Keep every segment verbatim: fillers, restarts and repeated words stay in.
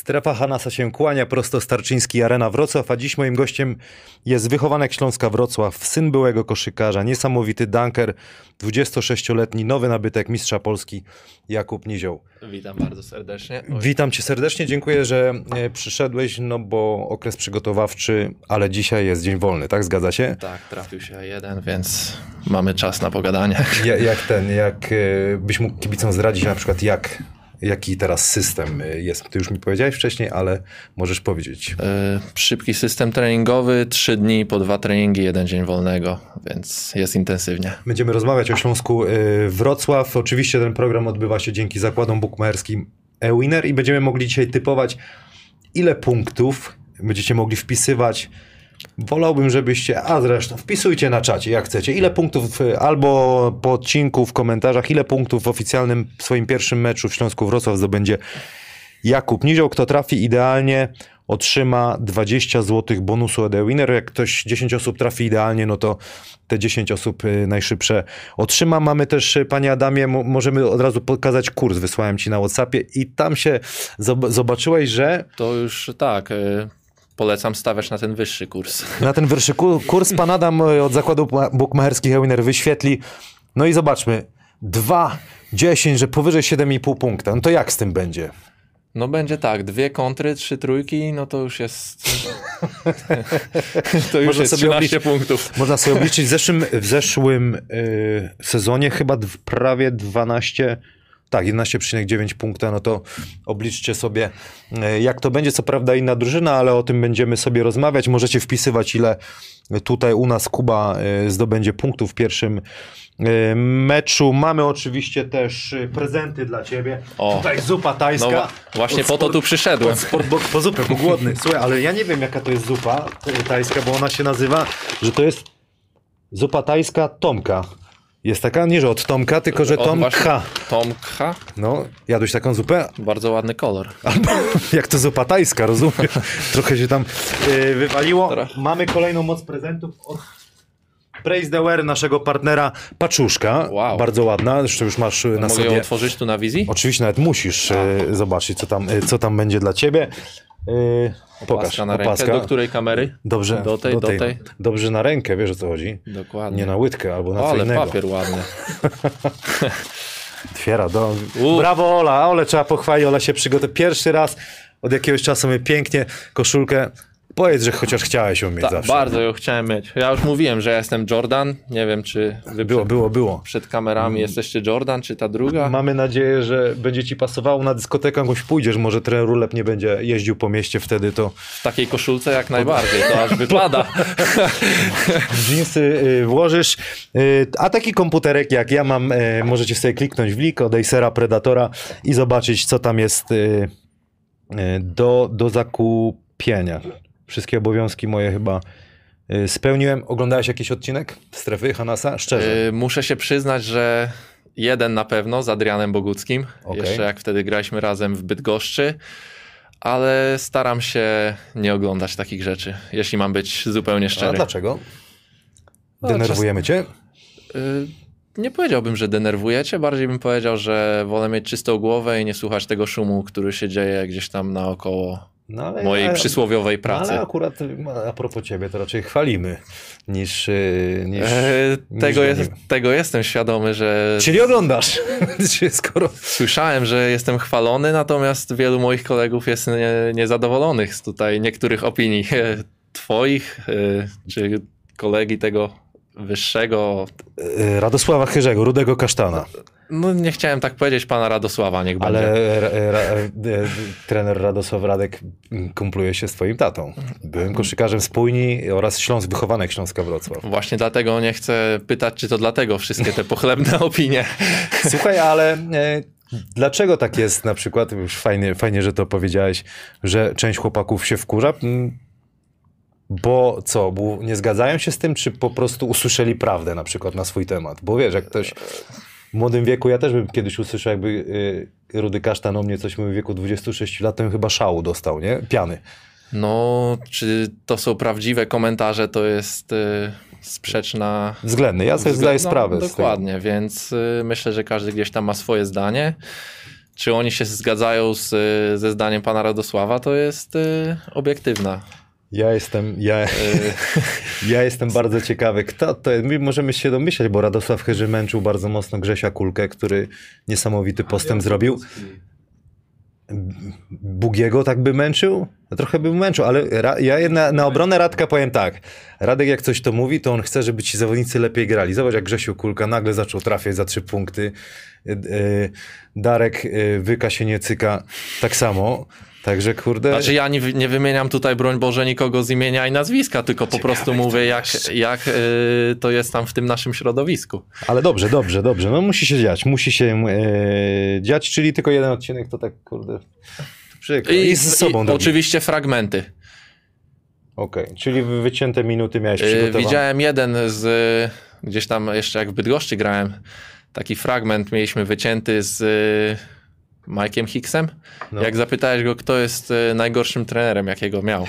Strefa Hanasa się kłania, prosto Starczyński, Arena Wrocław, a dziś moim gościem jest wychowanek Śląska Wrocław, syn byłego koszykarza, niesamowity dunker, dwudziestosześcioletni nowy nabytek mistrza Polski Jakub Nizioł. Witam bardzo serdecznie. Oj. Witam cię serdecznie, dziękuję, że przyszedłeś, no bo okres przygotowawczy, ale dzisiaj jest dzień wolny, tak? Zgadza się? Tak, trafił się jeden, więc mamy czas na pogadanie. Ja, jak ten, jak byś mógł kibicom zdradzić na przykład jak... Jaki teraz system jest? Ty już mi powiedziałeś wcześniej, ale możesz powiedzieć. Yy, szybki system treningowy, trzy dni po dwa treningi, jeden dzień wolnego, więc jest intensywnie. Będziemy rozmawiać o Śląsku Wrocław. Oczywiście ten program odbywa się dzięki zakładom bukmacherskim eWinner i będziemy mogli dzisiaj typować, ile punktów będziecie mogli wpisywać. Wolałbym, żebyście, a zresztą wpisujcie na czacie, jak chcecie, ile punktów albo po odcinku w komentarzach, ile punktów w oficjalnym swoim pierwszym meczu w Śląsku Wrocław zdobędzie Jakub Nizioł. Kto trafi idealnie, otrzyma dwadzieścia złotych bonusu od eWinner. Jak ktoś, dziesięć osób trafi idealnie, no to te dziesięć osób najszybsze otrzyma. Mamy też, panie Adamie, możemy od razu pokazać kurs, wysłałem ci na WhatsAppie i tam się zobaczyłeś, że... To już tak... Y Polecam stawiać na ten wyższy kurs. Na ten wyższy kurs pan Adam od zakładu bukmacherskich eWinner wyświetli. No i zobaczmy. dwa, dziesięć, że powyżej siedem i pół punkta. No to jak z tym będzie? No będzie tak, dwie kontry, trzy trójki, no to już jest... to już można jest sobie trzynaście obliczyć, punktów. Można sobie obliczyć. W zeszłym, w zeszłym yy, sezonie chyba d- prawie dwanaście... Tak, jedenaście przecinek dziewięć punkta, no to obliczcie sobie, jak to będzie. Co prawda inna drużyna, ale o tym będziemy sobie rozmawiać. Możecie wpisywać, ile tutaj u nas Kuba zdobędzie punktów w pierwszym meczu. Mamy oczywiście też prezenty dla ciebie. O, tutaj zupa tajska. No właśnie po to tu przyszedłem. Sportbox po zupę, bo głodny. Słuchaj, ale ja nie wiem, jaka to jest zupa tajska, bo ona się nazywa, że to jest zupa tajska Tomka. Jest taka, nie że od Tomka, tylko że Tomka. Tomka? No, jadłeś taką zupę? Bardzo ładny kolor. Albo jak to zupa tajska, rozumiesz? Trochę się tam yy, wywaliło. Mamy kolejną moc prezentów od Praise the Wear, naszego partnera Paczuszka. Wow. Bardzo ładna, zresztą już masz na Mogę sobie. Mogę ją otworzyć tu na wizji? Oczywiście nawet musisz yy, zobaczyć, co tam, yy, co tam będzie dla ciebie. Yy, pokaż, na rękę. opaska. Do której kamery? Dobrze, do tej, do tej. do tej. Dobrze na rękę, wiesz o co chodzi? Dokładnie. Nie na łydkę albo na o, co ale innego. papier ładny. Otwiera, do... Brawo Ola, Ole trzeba pochwalić, Ola się przygotowała. Pierwszy raz od jakiegoś czasu my pięknie koszulkę. Powiedz, że chociaż chciałeś ją mieć Ta, zawsze. Bardzo ją chciałem mieć. Ja już mówiłem, że ja jestem Jordan. Nie wiem, czy wy było, przed, było, było. przed kamerami mm. jesteście Jordan, czy ta druga. Mamy nadzieję, że będzie ci pasowało na dyskotekę, jakąś pójdziesz, może trener Rulep nie będzie jeździł po mieście wtedy, to... W takiej koszulce jak najbardziej, to aż wypada. Dżinsy włożysz, a taki komputerek jak ja mam, możecie sobie kliknąć w link od Acera Predatora i zobaczyć, co tam jest do, do zakupienia. Wszystkie obowiązki moje chyba spełniłem. Oglądałeś jakiś odcinek Strefy Hanasa? Szczerze. Yy, muszę się przyznać, że jeden na pewno z Adrianem Boguckim. Okay. Jeszcze jak wtedy graliśmy razem w Bydgoszczy. Ale staram się nie oglądać takich rzeczy, jeśli mam być zupełnie szczery. A dlaczego? Denerwujemy cię? Yy, nie powiedziałbym, że denerwujecie. Bardziej bym powiedział, że wolę mieć czystą głowę i nie słuchać tego szumu, który się dzieje gdzieś tam naokoło. No, ale, mojej ale, przysłowiowej pracy. Ale akurat a propos ciebie to raczej chwalimy niż... niż, e, niż tego, jest, tego jestem świadomy, że... Czyli oglądasz. Skoro... Słyszałem, że jestem chwalony, natomiast wielu moich kolegów jest nie, niezadowolonych z tutaj niektórych opinii. Twoich czy kolegi tego wyższego... Radosława Chyrzego, Rudego Kasztana. No nie chciałem tak powiedzieć pana Radosława, niech będzie. Ale ra, ra, trener Radosław Radek kumpluje się z twoim tatą. Byłem koszykarzem Spójni oraz Śląsk, wychowanek Śląska Wrocław. Właśnie dlatego nie chcę pytać, czy to dlatego wszystkie te pochlebne opinie. Słuchaj, ale e, dlaczego tak jest na przykład, już fajnie, fajnie, że to powiedziałeś, że część chłopaków się wkurza? Bo co, bo nie zgadzają się z tym, czy po prostu usłyszeli prawdę na przykład na swój temat? Bo wiesz, jak ktoś... W młodym wieku ja też bym kiedyś usłyszał, jakby y, Rudy Kasztan o mnie coś mówił w wieku dwudziestu sześciu lat, to chyba szału dostał, nie? Piany. No, czy to są prawdziwe komentarze, to jest y, sprzeczna... Względny, ja sobie zdaję sprawę. No, dokładnie, więc y, myślę, że każdy gdzieś tam ma swoje zdanie. czy oni się zgadzają z, ze zdaniem pana Radosława, to jest y, obiektywna. Ja jestem, ja, ja jestem bardzo ciekawy, kto to jest. My możemy się domyślać, bo Radosław Chyży męczył bardzo mocno Grzesia Kulkę, który niesamowity postęp zrobił. Bugiego tak by męczył? No trochę by męczył, ale ra, ja na, na obronę Radka powiem tak. Radek jak coś to mówi, to on chce, żeby ci zawodnicy lepiej grali. Zobacz jak Grzesiu Kulka nagle zaczął trafiać za trzy punkty. Darek Wyka się nie cyka tak samo. Także kurde... Znaczy ja nie, nie wymieniam tutaj, broń Boże, nikogo z imienia i nazwiska, tylko po Ciekawe, prostu mówię, jak, jak y, to jest tam w tym naszym środowisku. Ale dobrze, dobrze, dobrze. No musi się dziać, musi się y, dziać, czyli tylko jeden odcinek, to tak kurde... Przykro. I, I z sobą. I oczywiście fragmenty. Okej, okay. Czyli wycięte minuty miałeś przygotowane. Widziałem jeden z... Gdzieś tam jeszcze jak w Bydgoszczy grałem, taki fragment mieliśmy wycięty z... Mike'iem Hicksem. No. Jak zapytałeś go, kto jest najgorszym trenerem, jakiego miał.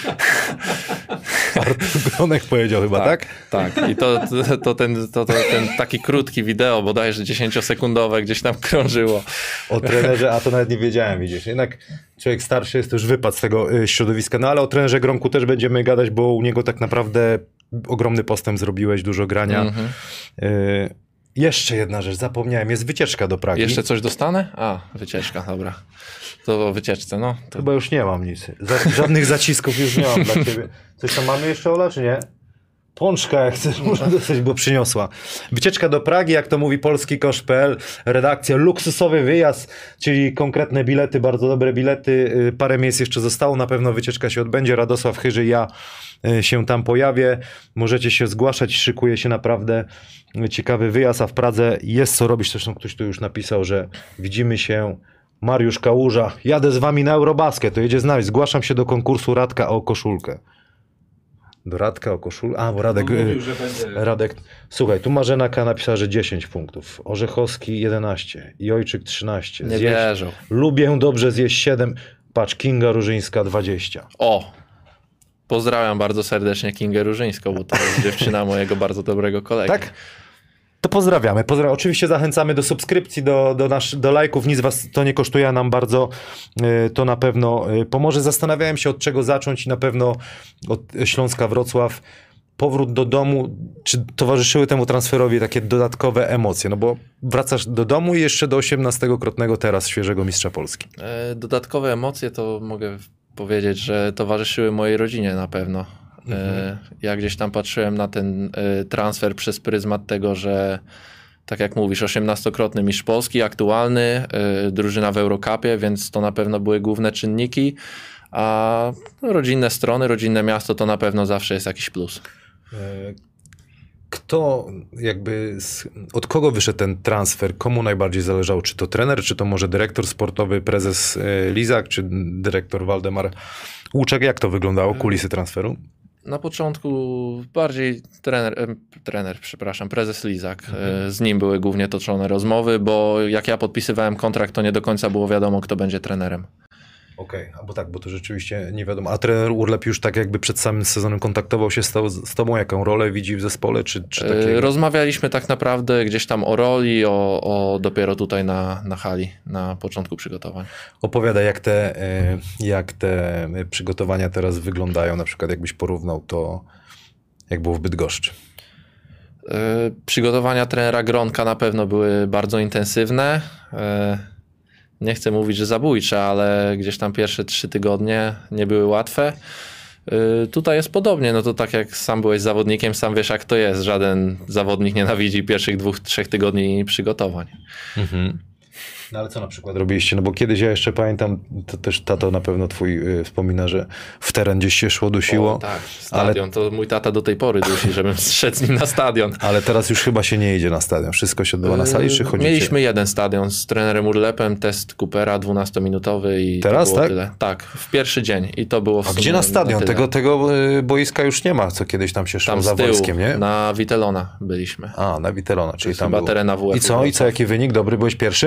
Artur Gronek powiedział chyba, tak? Tak, tak. I to, to, to, ten, to, to ten taki krótki wideo, bodajże dziesięciosekundowe, gdzieś tam krążyło. O trenerze, a to nawet nie wiedziałem, widzisz. Jednak człowiek starszy jest, to już wypadł z tego środowiska. No ale o trenerze Gronku też będziemy gadać, bo u niego tak naprawdę ogromny postęp zrobiłeś, dużo grania. Mhm. Y Jeszcze jedna rzecz, zapomniałem, jest wycieczka do Pragi. Jeszcze coś dostanę? A, wycieczka, dobra. To o wycieczce, no. To... Chyba już nie mam nic. Żadnych zacisków już nie mam dla ciebie. Coś tam mamy jeszcze, Ola, czy nie? Pączka, jak chcesz, można dostać, bo przyniosła. Wycieczka do Pragi, jak to mówi polski kosz kropka p l, redakcja, luksusowy wyjazd, czyli konkretne bilety, bardzo dobre bilety, parę miejsc jeszcze zostało, na pewno wycieczka się odbędzie, Radosław Chyży, ja się tam pojawię, możecie się zgłaszać, szykuje się naprawdę ciekawy wyjazd, a w Pradze jest co robić, zresztą ktoś tu już napisał, że widzimy się, Mariusz Kałuża, jadę z wami na Eurobasket, to jedzie z nami, zgłaszam się do konkursu Radka o koszulkę. Do Radka o koszulkę. A, bo Radek... Mówił, że będzie... Radek... Słuchaj, tu Marzena K. napisała, że dziesięć punktów. Orzechowski jedenaście. I Ojczyk trzynaście. Nie wierzą. Lubię dobrze zjeść siedem. Patrz, Kinga Różyńska dwadzieścia. O! Pozdrawiam bardzo serdecznie Kingę Różyńską, bo to jest dziewczyna mojego bardzo dobrego kolegi. Tak? To pozdrawiamy. Pozdrawiam. Oczywiście zachęcamy do subskrypcji, do, do, nasz, do lajków. Nic was to nie kosztuje, nam bardzo y, to na pewno y, pomoże. Zastanawiałem się, od czego zacząć i na pewno od Śląska Wrocław. Powrót do domu, czy towarzyszyły temu transferowi takie dodatkowe emocje? No bo wracasz do domu i jeszcze do osiemnastokrotnego teraz świeżego mistrza Polski. E, dodatkowe emocje to mogę powiedzieć, że towarzyszyły mojej rodzinie na pewno. Mhm. Ja gdzieś tam patrzyłem na ten transfer przez pryzmat tego, że tak jak mówisz, osiemnastokrotny mistrz Polski, aktualny, drużyna w Eurocupie, więc to na pewno były główne czynniki, a rodzinne strony, rodzinne miasto to na pewno zawsze jest jakiś plus. Kto jakby, od kogo wyszedł ten transfer? Komu najbardziej zależało? Czy to trener, czy to może dyrektor sportowy, prezes Lizak, czy dyrektor Waldemar Łuczek? Jak to wyglądało, kulisy transferu? Na początku bardziej trener, trener, przepraszam, prezes Lizak. Mhm. Z nim były głównie toczone rozmowy, bo jak ja podpisywałem kontrakt, to nie do końca było wiadomo, kto będzie trenerem. Okej, okay. Bo tak, bo to rzeczywiście nie wiadomo. A trener Urlep już tak jakby przed samym sezonem kontaktował się z, to, z tobą, jaką rolę widzi w zespole? Czy, czy takiego... Rozmawialiśmy tak naprawdę gdzieś tam o roli, o, o dopiero tutaj na, na hali, na początku przygotowań. Opowiadaj, jak te, jak te przygotowania teraz wyglądają, na przykład jakbyś porównał to, jak było w Bydgoszczy. Przygotowania trenera Gronka na pewno były bardzo intensywne. Nie chcę mówić, że zabójcze, ale gdzieś tam pierwsze trzy tygodnie nie były łatwe. Yy, tutaj jest podobnie, no to tak jak sam byłeś zawodnikiem, sam wiesz jak to jest. Żaden zawodnik nienawidzi pierwszych dwóch, trzech tygodni przygotowań. Mhm. No ale co na przykład robiliście? No bo kiedyś ja jeszcze pamiętam, to też tato na pewno twój yy, wspomina, że w teren gdzieś się szło, dusiło. O, tak, stadion, ale... to mój tata do tej pory dusi, żebym szedł z nim na stadion. Ale teraz już chyba się nie idzie na stadion. Wszystko się odbywa na sali, czy chodzicie? Mieliśmy jeden stadion z trenerem Urlepem, test Coopera dwunastominutowy i teraz, to było tak? tyle. Tak, w pierwszy dzień i to było w A gdzie na stadion? Na tego, tego boiska już nie ma, co kiedyś tam się szło tam za wojskiem, nie? na Witelona byliśmy. A, na Witelona, czyli tam było. I co? I co, jaki wynik? Dobry? Byłeś pierwszy? Byłem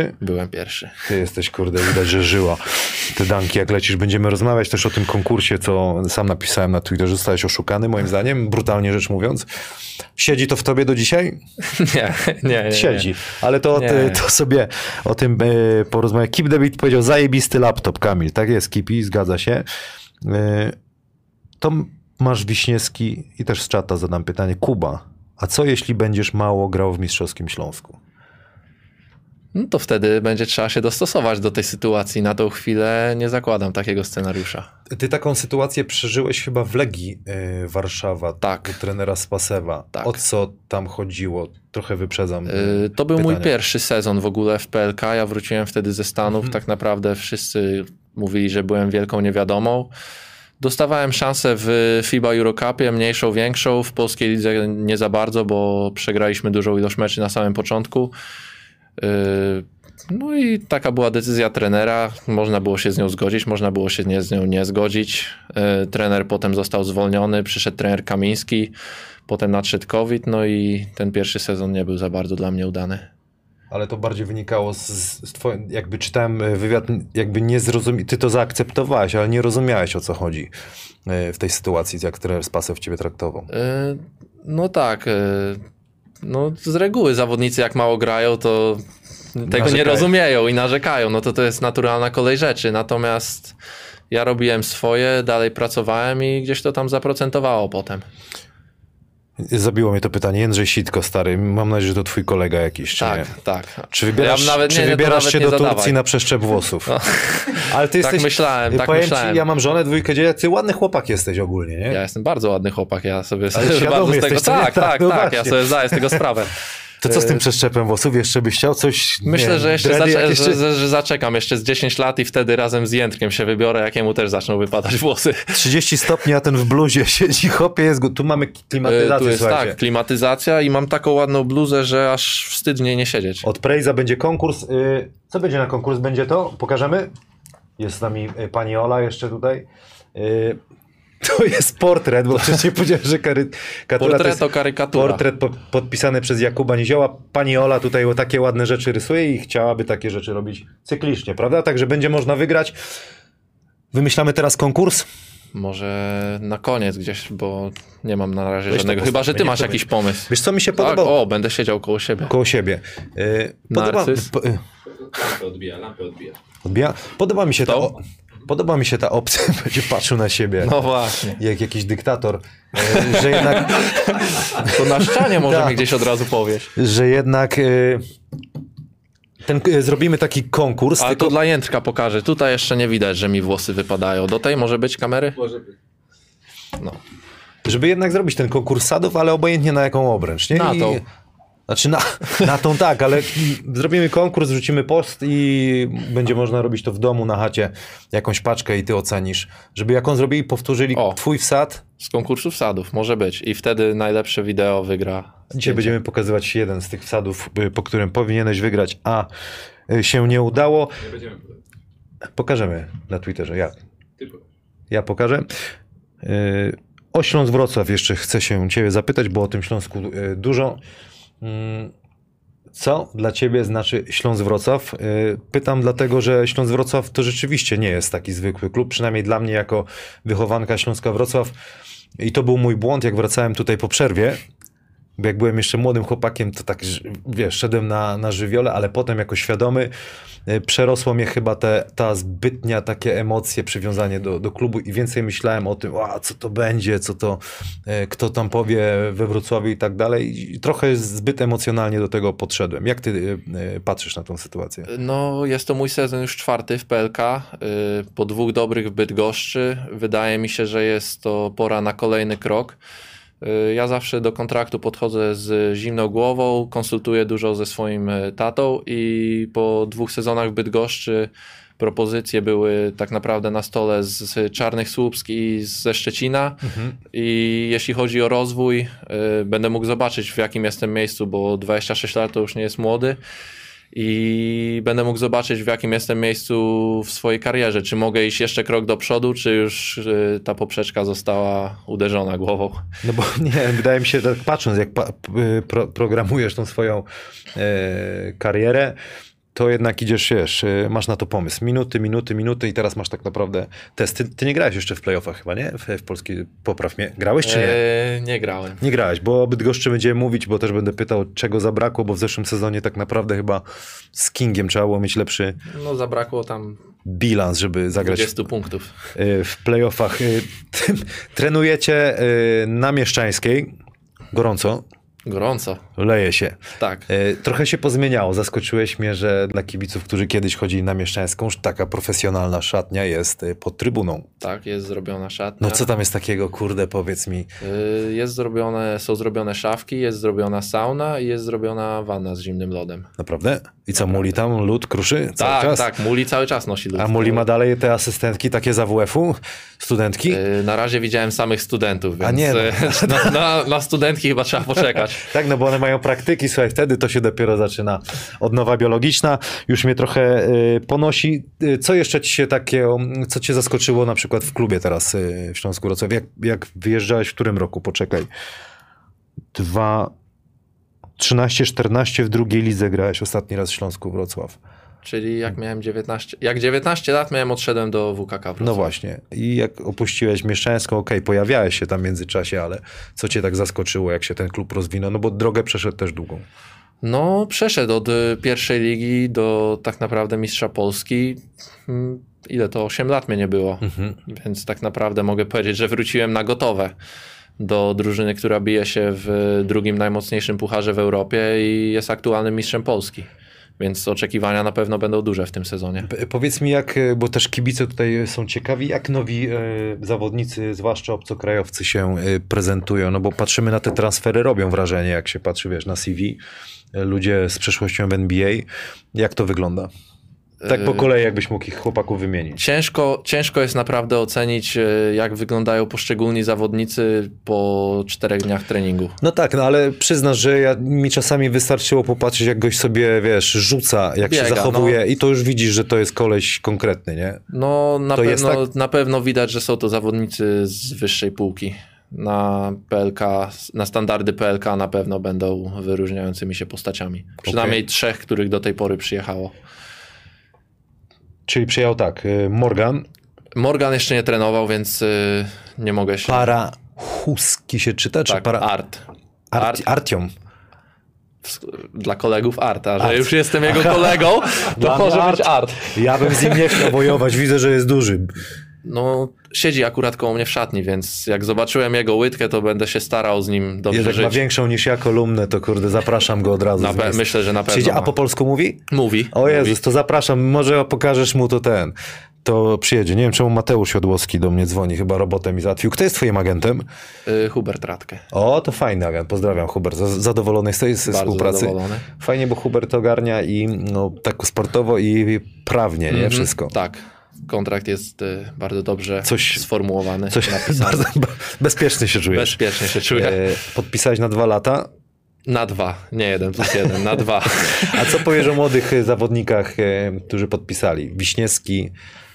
pierwszy. Ty jesteś, kurde, widać, że żyła. Te danki, jak lecisz, będziemy rozmawiać też o tym konkursie, co sam napisałem na Twitterze, zostałeś oszukany, moim zdaniem, brutalnie rzecz mówiąc. Siedzi to w tobie do dzisiaj? Nie, nie, nie. Siedzi, nie. Ale to, nie. to sobie o tym e, porozmawiam. Keep the Beat powiedział, zajebisty laptop, Kamil. Tak jest, Kipi, zgadza się. E, Tomasz Wiśniewski i też z czata zadam pytanie. Kuba, a co jeśli będziesz mało grał w Mistrzowskim Śląsku? No to wtedy będzie trzeba się dostosować do tej sytuacji. Na tą chwilę nie zakładam takiego scenariusza. Ty taką sytuację przeżyłeś chyba w Legii yy, Warszawa, tak. u trenera Spasewa. Tak. O co tam chodziło? Trochę wyprzedzam. Yy, to był pytanie. mój pierwszy sezon w ogóle w P L K. Ja wróciłem wtedy ze Stanów. Mhm. Tak naprawdę wszyscy mówili, że byłem wielką niewiadomą. Dostawałem szansę w FIBA Eurocupie, mniejszą, większą. W polskiej lidze nie za bardzo, bo przegraliśmy dużą ilość meczy na samym początku. No i taka była decyzja trenera. Można było się z nią zgodzić, można było się nie, z nią nie zgodzić. Trener potem został zwolniony, przyszedł trener Kamiński, potem nadszedł COVID, no i ten pierwszy sezon nie był za bardzo dla mnie udany. Ale to bardziej wynikało z, z twoim, jakby czytałem wywiad, jakby nie zrozumiałeś, ty to zaakceptowałeś, ale nie rozumiałeś, o co chodzi w tej sytuacji, jak trener Spasew ciebie traktował. No tak, no z reguły zawodnicy jak mało grają, to tego narzekają. Nie rozumieją i narzekają, no to to jest naturalna kolej rzeczy, natomiast ja robiłem swoje, dalej pracowałem i gdzieś to tam zaprocentowało potem. Zabiło mnie to pytanie. Jędrzej Sitko, stary. Mam nadzieję, że to twój kolega jakiś, czy tak, nie? Tak, Czy wybierasz, ja nawet, czy nie, wybierasz się do zadawaj. Turcji na przeszczep włosów? No. Ale ty tak jesteś, myślałem, tak powiem myślałem. Ci, ja mam żonę, dwójkę dzieci, ty ładny chłopak jesteś ogólnie, nie? Ja jestem bardzo ładny chłopak, ja sobie Ale bardzo z tego... jesteś, Tak, tak, tak, no tak, ja sobie zdaję z tego sprawę. To co z tym przeszczepem włosów? Jeszcze byś chciał coś... Myślę, nie, że jeszcze zacze jakieś... że, że, że zaczekam jeszcze z dziesięć lat i wtedy razem z Jędrkiem się wybiorę, jakiemu też zaczną wypadać włosy. trzydzieści stopni, a ten w bluzie siedzi, hopie, jest go. Tu mamy klimatyzację, Tu jest słuchajcie. tak, klimatyzacja i mam taką ładną bluzę, że aż wstyd w niej nie siedzieć. Od Prejza będzie konkurs. Co będzie na konkurs? Będzie to? Pokażemy? Jest z nami pani Ola jeszcze tutaj. To jest portret, bo wcześniej powiedziałem, że karykatura. Portret to karykatura. Portret po, podpisany przez Jakuba Nizioła. Pani Ola tutaj o takie ładne rzeczy rysuje i chciałaby takie rzeczy robić cyklicznie, prawda? Także będzie można wygrać. Wymyślamy teraz konkurs? Może na koniec gdzieś, bo nie mam na razie Weź żadnego. Chyba, że ty masz jakiś pomysł. Wiesz co mi się tak, podoba? O, będę siedział koło siebie. Koło siebie. Yy, podoba... Po, yy. Lampę odbija, lampę odbija. Odbija? Podoba mi się ta... O... Podoba mi się ta opcja, będzie patrzył na siebie. No właśnie. Jak jakiś dyktator. Że jednak... To na ścianie może tak. mi gdzieś od razu powiesz. Że jednak... Ten, zrobimy taki konkurs. Ale tylko... to dla Jędrka pokażę. Tutaj jeszcze nie widać, że mi włosy wypadają. Do tej może być kamery? Może być. No. Żeby jednak zrobić ten konkurs sadów, ale obojętnie na jaką obręcz. Nie? Na I... tą. Znaczy na, na tą tak, ale zrobimy konkurs, wrzucimy post i będzie można robić to w domu, na chacie, jakąś paczkę i ty ocenisz. Żeby jak on zrobili, powtórzyli o, twój wsad. Z konkursu wsadów, może być. I wtedy najlepsze wideo wygra. Dzisiaj zdjęcie. Będziemy pokazywać jeden z tych wsadów, po którym powinieneś wygrać, a się nie udało. Nie będziemy. Pokażemy na Twitterze. Ja, Ty pokaż. ja pokażę. O Śląsk Wrocław jeszcze chcę się ciebie zapytać, bo o tym Śląsku dużo. Co dla ciebie znaczy Śląsk Wrocław? Pytam dlatego, że Śląsk Wrocław to rzeczywiście nie jest taki zwykły klub, przynajmniej dla mnie jako wychowanka Śląska Wrocław. I to był mój błąd, jak wracałem tutaj po przerwie. Bo jak byłem jeszcze młodym chłopakiem, to tak, wiesz, szedłem na, na żywiole, ale potem jako świadomy przerosło mnie chyba te, ta zbytnia takie emocje, przywiązanie do, do klubu i więcej myślałem o tym, a co to będzie, co to, kto tam powie we Wrocławiu i tak dalej. I trochę zbyt emocjonalnie do tego podszedłem. Jak ty patrzysz na tą sytuację? No, jest to mój sezon już czwarty w P L K. Po dwóch dobrych w Bydgoszczy. Wydaje mi się, że jest to pora na kolejny krok. Ja zawsze do kontraktu podchodzę z zimną głową, konsultuję dużo ze swoim tatą i po dwóch sezonach w Bydgoszczy propozycje były tak naprawdę na stole z Czarnych Słupsk i ze Szczecina. Mhm. I jeśli chodzi o rozwój, będę mógł zobaczyć, w jakim jestem miejscu, bo dwadzieścia sześć lat to już nie jest młody. I będę mógł zobaczyć, w jakim jestem miejscu w swojej karierze. Czy mogę iść jeszcze krok do przodu, czy już y, ta poprzeczka została uderzona głową. No bo nie, wydaje mi się, tak patrząc, jak pa, pro, programujesz tą swoją e, karierę, to jednak idziesz, wiesz, masz na to pomysł. Minuty, minuty, minuty i teraz masz tak naprawdę test. Ty, ty nie grałeś jeszcze w playoffach chyba, nie? W, w polskiej, popraw mnie. Grałeś czy nie? Eee, nie grałem. Nie grałeś, bo o Bydgoszczy będziemy mówić, bo też będę pytał, czego zabrakło, bo w zeszłym sezonie tak naprawdę chyba z Kingiem trzeba było mieć lepszy No zabrakło tam bilans, żeby zagrać dwadzieścia punktów. w playoffach. Trenujecie na Mieszczańskiej. Gorąco. Gorąco. Leje się. Tak. Trochę się pozmieniało. Zaskoczyłeś mnie, że dla kibiców, którzy kiedyś chodzili na Mieszczańską, już taka profesjonalna szatnia jest pod trybuną. Tak, jest zrobiona szatnia. No co tam jest takiego, kurde, powiedz mi. Jest zrobione, są zrobione szafki, jest zrobiona sauna i jest zrobiona wanna z zimnym lodem. Naprawdę? I co, Muli tam lód kruszy cały tak, czas? Tak, Muli cały czas nosi lód. A Muli ma dalej te asystentki takie z A W F-u? Studentki? Na razie widziałem samych studentów, więc A nie, no. na, na, na studentki chyba trzeba poczekać. Tak, no bo one mają praktyki, słuchaj, wtedy to się dopiero zaczyna odnowa biologiczna. Już mnie trochę y, ponosi. Y, co jeszcze ci się takie, co cię zaskoczyło na przykład w klubie teraz y, w Śląsku Wrocław? Jak, jak wyjeżdżałeś, w którym roku? Poczekaj. Dwa... trzynaście czternaście w drugiej lidze grałeś ostatni raz w Śląsku Wrocław. Czyli jak miałem dziewiętnaście, jak dziewiętnaście lat miałem, odszedłem do W K K Wrocław. No właśnie. I jak opuściłeś Mieszczańską, okej, okay, pojawiałeś się tam w międzyczasie, ale co cię tak zaskoczyło, jak się ten klub rozwinął? No bo drogę przeszedł też długą. No przeszedł od pierwszej ligi do tak naprawdę mistrza Polski. Ile to? osiem lat mnie nie było. Mhm. Więc tak naprawdę mogę powiedzieć, że wróciłem na gotowe do drużyny, która bije się w drugim najmocniejszym pucharze w Europie i jest aktualnym mistrzem Polski. Więc oczekiwania na pewno będą duże w tym sezonie. P- powiedz mi, jak, bo też kibice tutaj są ciekawi, jak nowi e, zawodnicy, zwłaszcza obcokrajowcy się e, prezentują, no bo patrzymy na te transfery, robią wrażenie, jak się patrzy, wiesz, na C V, e, ludzie z przeszłością w N B A. Jak to wygląda? Tak po kolei, jakbyś mógł ich chłopaków wymienić. Ciężko, ciężko jest naprawdę ocenić, jak wyglądają poszczególni zawodnicy po czterech dniach treningu. No tak, no ale przyznasz, że ja, mi czasami wystarczyło popatrzeć, jak goś sobie, wiesz, rzuca, jak Biega, się zachowuje no. I to już widzisz, że to jest koleś konkretny, nie? No na, to pewno, tak? na pewno widać, że są to zawodnicy z wyższej półki. Na P L K, na standardy P L K na pewno będą wyróżniającymi się postaciami. Przynajmniej okay. trzech, których do tej pory przyjechało. Czyli przyjechał tak, Morgan. Morgan jeszcze nie trenował, więc nie mogę się... Para Huski się czyta? Czy tak, para... Art. Art. Art. Artiom. Dla kolegów Arta, że Art. Już jestem jego kolegą, to Dla może Art. być Art. Ja bym z nim nie chciał wojować, widzę, że jest duży. No, siedzi akurat koło mnie w szatni, więc jak zobaczyłem jego łydkę, to będę się starał z nim dobrze Jeżeli żyć. ma większą niż ja kolumnę, to kurde, zapraszam go od razu. Na pe- myślę, że na pewno. Siedzi, a po polsku mówi? Mówi. O Jezus, mówi. To zapraszam, może pokażesz mu to ten. To przyjedzie. Nie wiem, czemu Mateusz Siodłowski do mnie dzwoni, chyba robotę mi załatwił. Kto jest twoim agentem? Yy, Hubert Radke. O, to fajny agent, pozdrawiam Hubert. Zadowolony jesteś z współpracy? Zadowolony. Fajnie, bo Hubert ogarnia i no, tak sportowo i prawnie, nie? Mm-hmm, wszystko. Tak. Kontrakt jest y, bardzo dobrze coś, sformułowany. Coś bardzo bezpiecznie się czujesz. Bezpiecznie się czuję. E, podpisałeś na dwa lata? Na dwa, nie jeden plus jeden, na dwa. A co powiesz o młodych zawodnikach, e, którzy podpisali? Wiśniewski,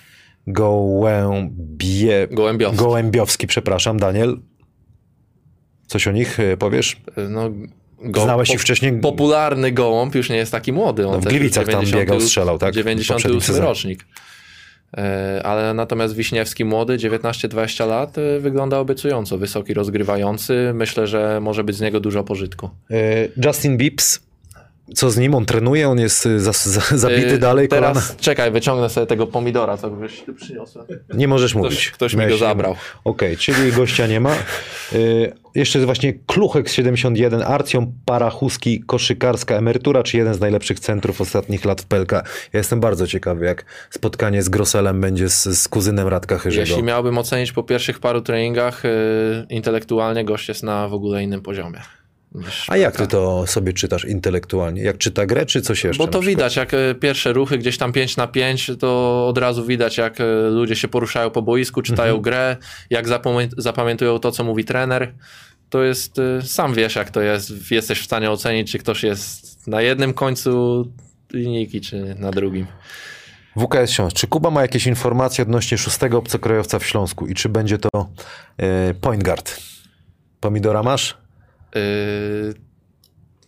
Gołębie... Gołębiowski. Gołębiowski, przepraszam, Daniel. Coś o nich powiesz? No... Go, Znałeś ich wcześniej? Popularny Gołąb już nie jest taki młody. On no w Gliwicach tam biegał, strzelał, tak? dziewięćdziesiąty ósmy rocznik. Ale natomiast Wiśniewski młody, dziewiętnaście dwadzieścia lat, wygląda obiecująco. Wysoki, rozgrywający. Myślę, że może być z niego dużo pożytku. Justin Bibbs. Co z nim? On trenuje? On jest za, za, zabity yy, dalej? Teraz kolana? Czekaj, wyciągnę sobie tego pomidora, co byś ty przyniosłem. Nie możesz ktoś, mówić. Ktoś mi go zabrał. Okej, okay, czyli gościa nie ma. Yy, jeszcze jest właśnie Kluchek z siedemdziesiąt jeden, Arcjom Parachuski, koszykarska emerytura, czy jeden z najlepszych centrów ostatnich lat w P L K. Ja jestem bardzo ciekawy, jak spotkanie z Grosselem będzie z, z kuzynem Radka Chyrzego. Jeśli miałbym ocenić po pierwszych paru treningach, yy, intelektualnie gość jest na w ogóle innym poziomie. A jak ty to sobie czytasz intelektualnie? Jak czyta grę, czy coś jeszcze? Bo to widać, jak pierwsze ruchy gdzieś tam pięć na pięć, to od razu widać, jak ludzie się poruszają po boisku, czytają mhm. grę, jak zapamię- zapamiętują to, co mówi trener. To jest, sam wiesz, jak to jest. Jesteś w stanie ocenić, czy ktoś jest na jednym końcu linijki, czy na drugim. W K S Śląsk. Czy Kuba ma jakieś informacje odnośnie szóstego obcokrajowca w Śląsku i czy będzie to e, point guard? Pomidora masz?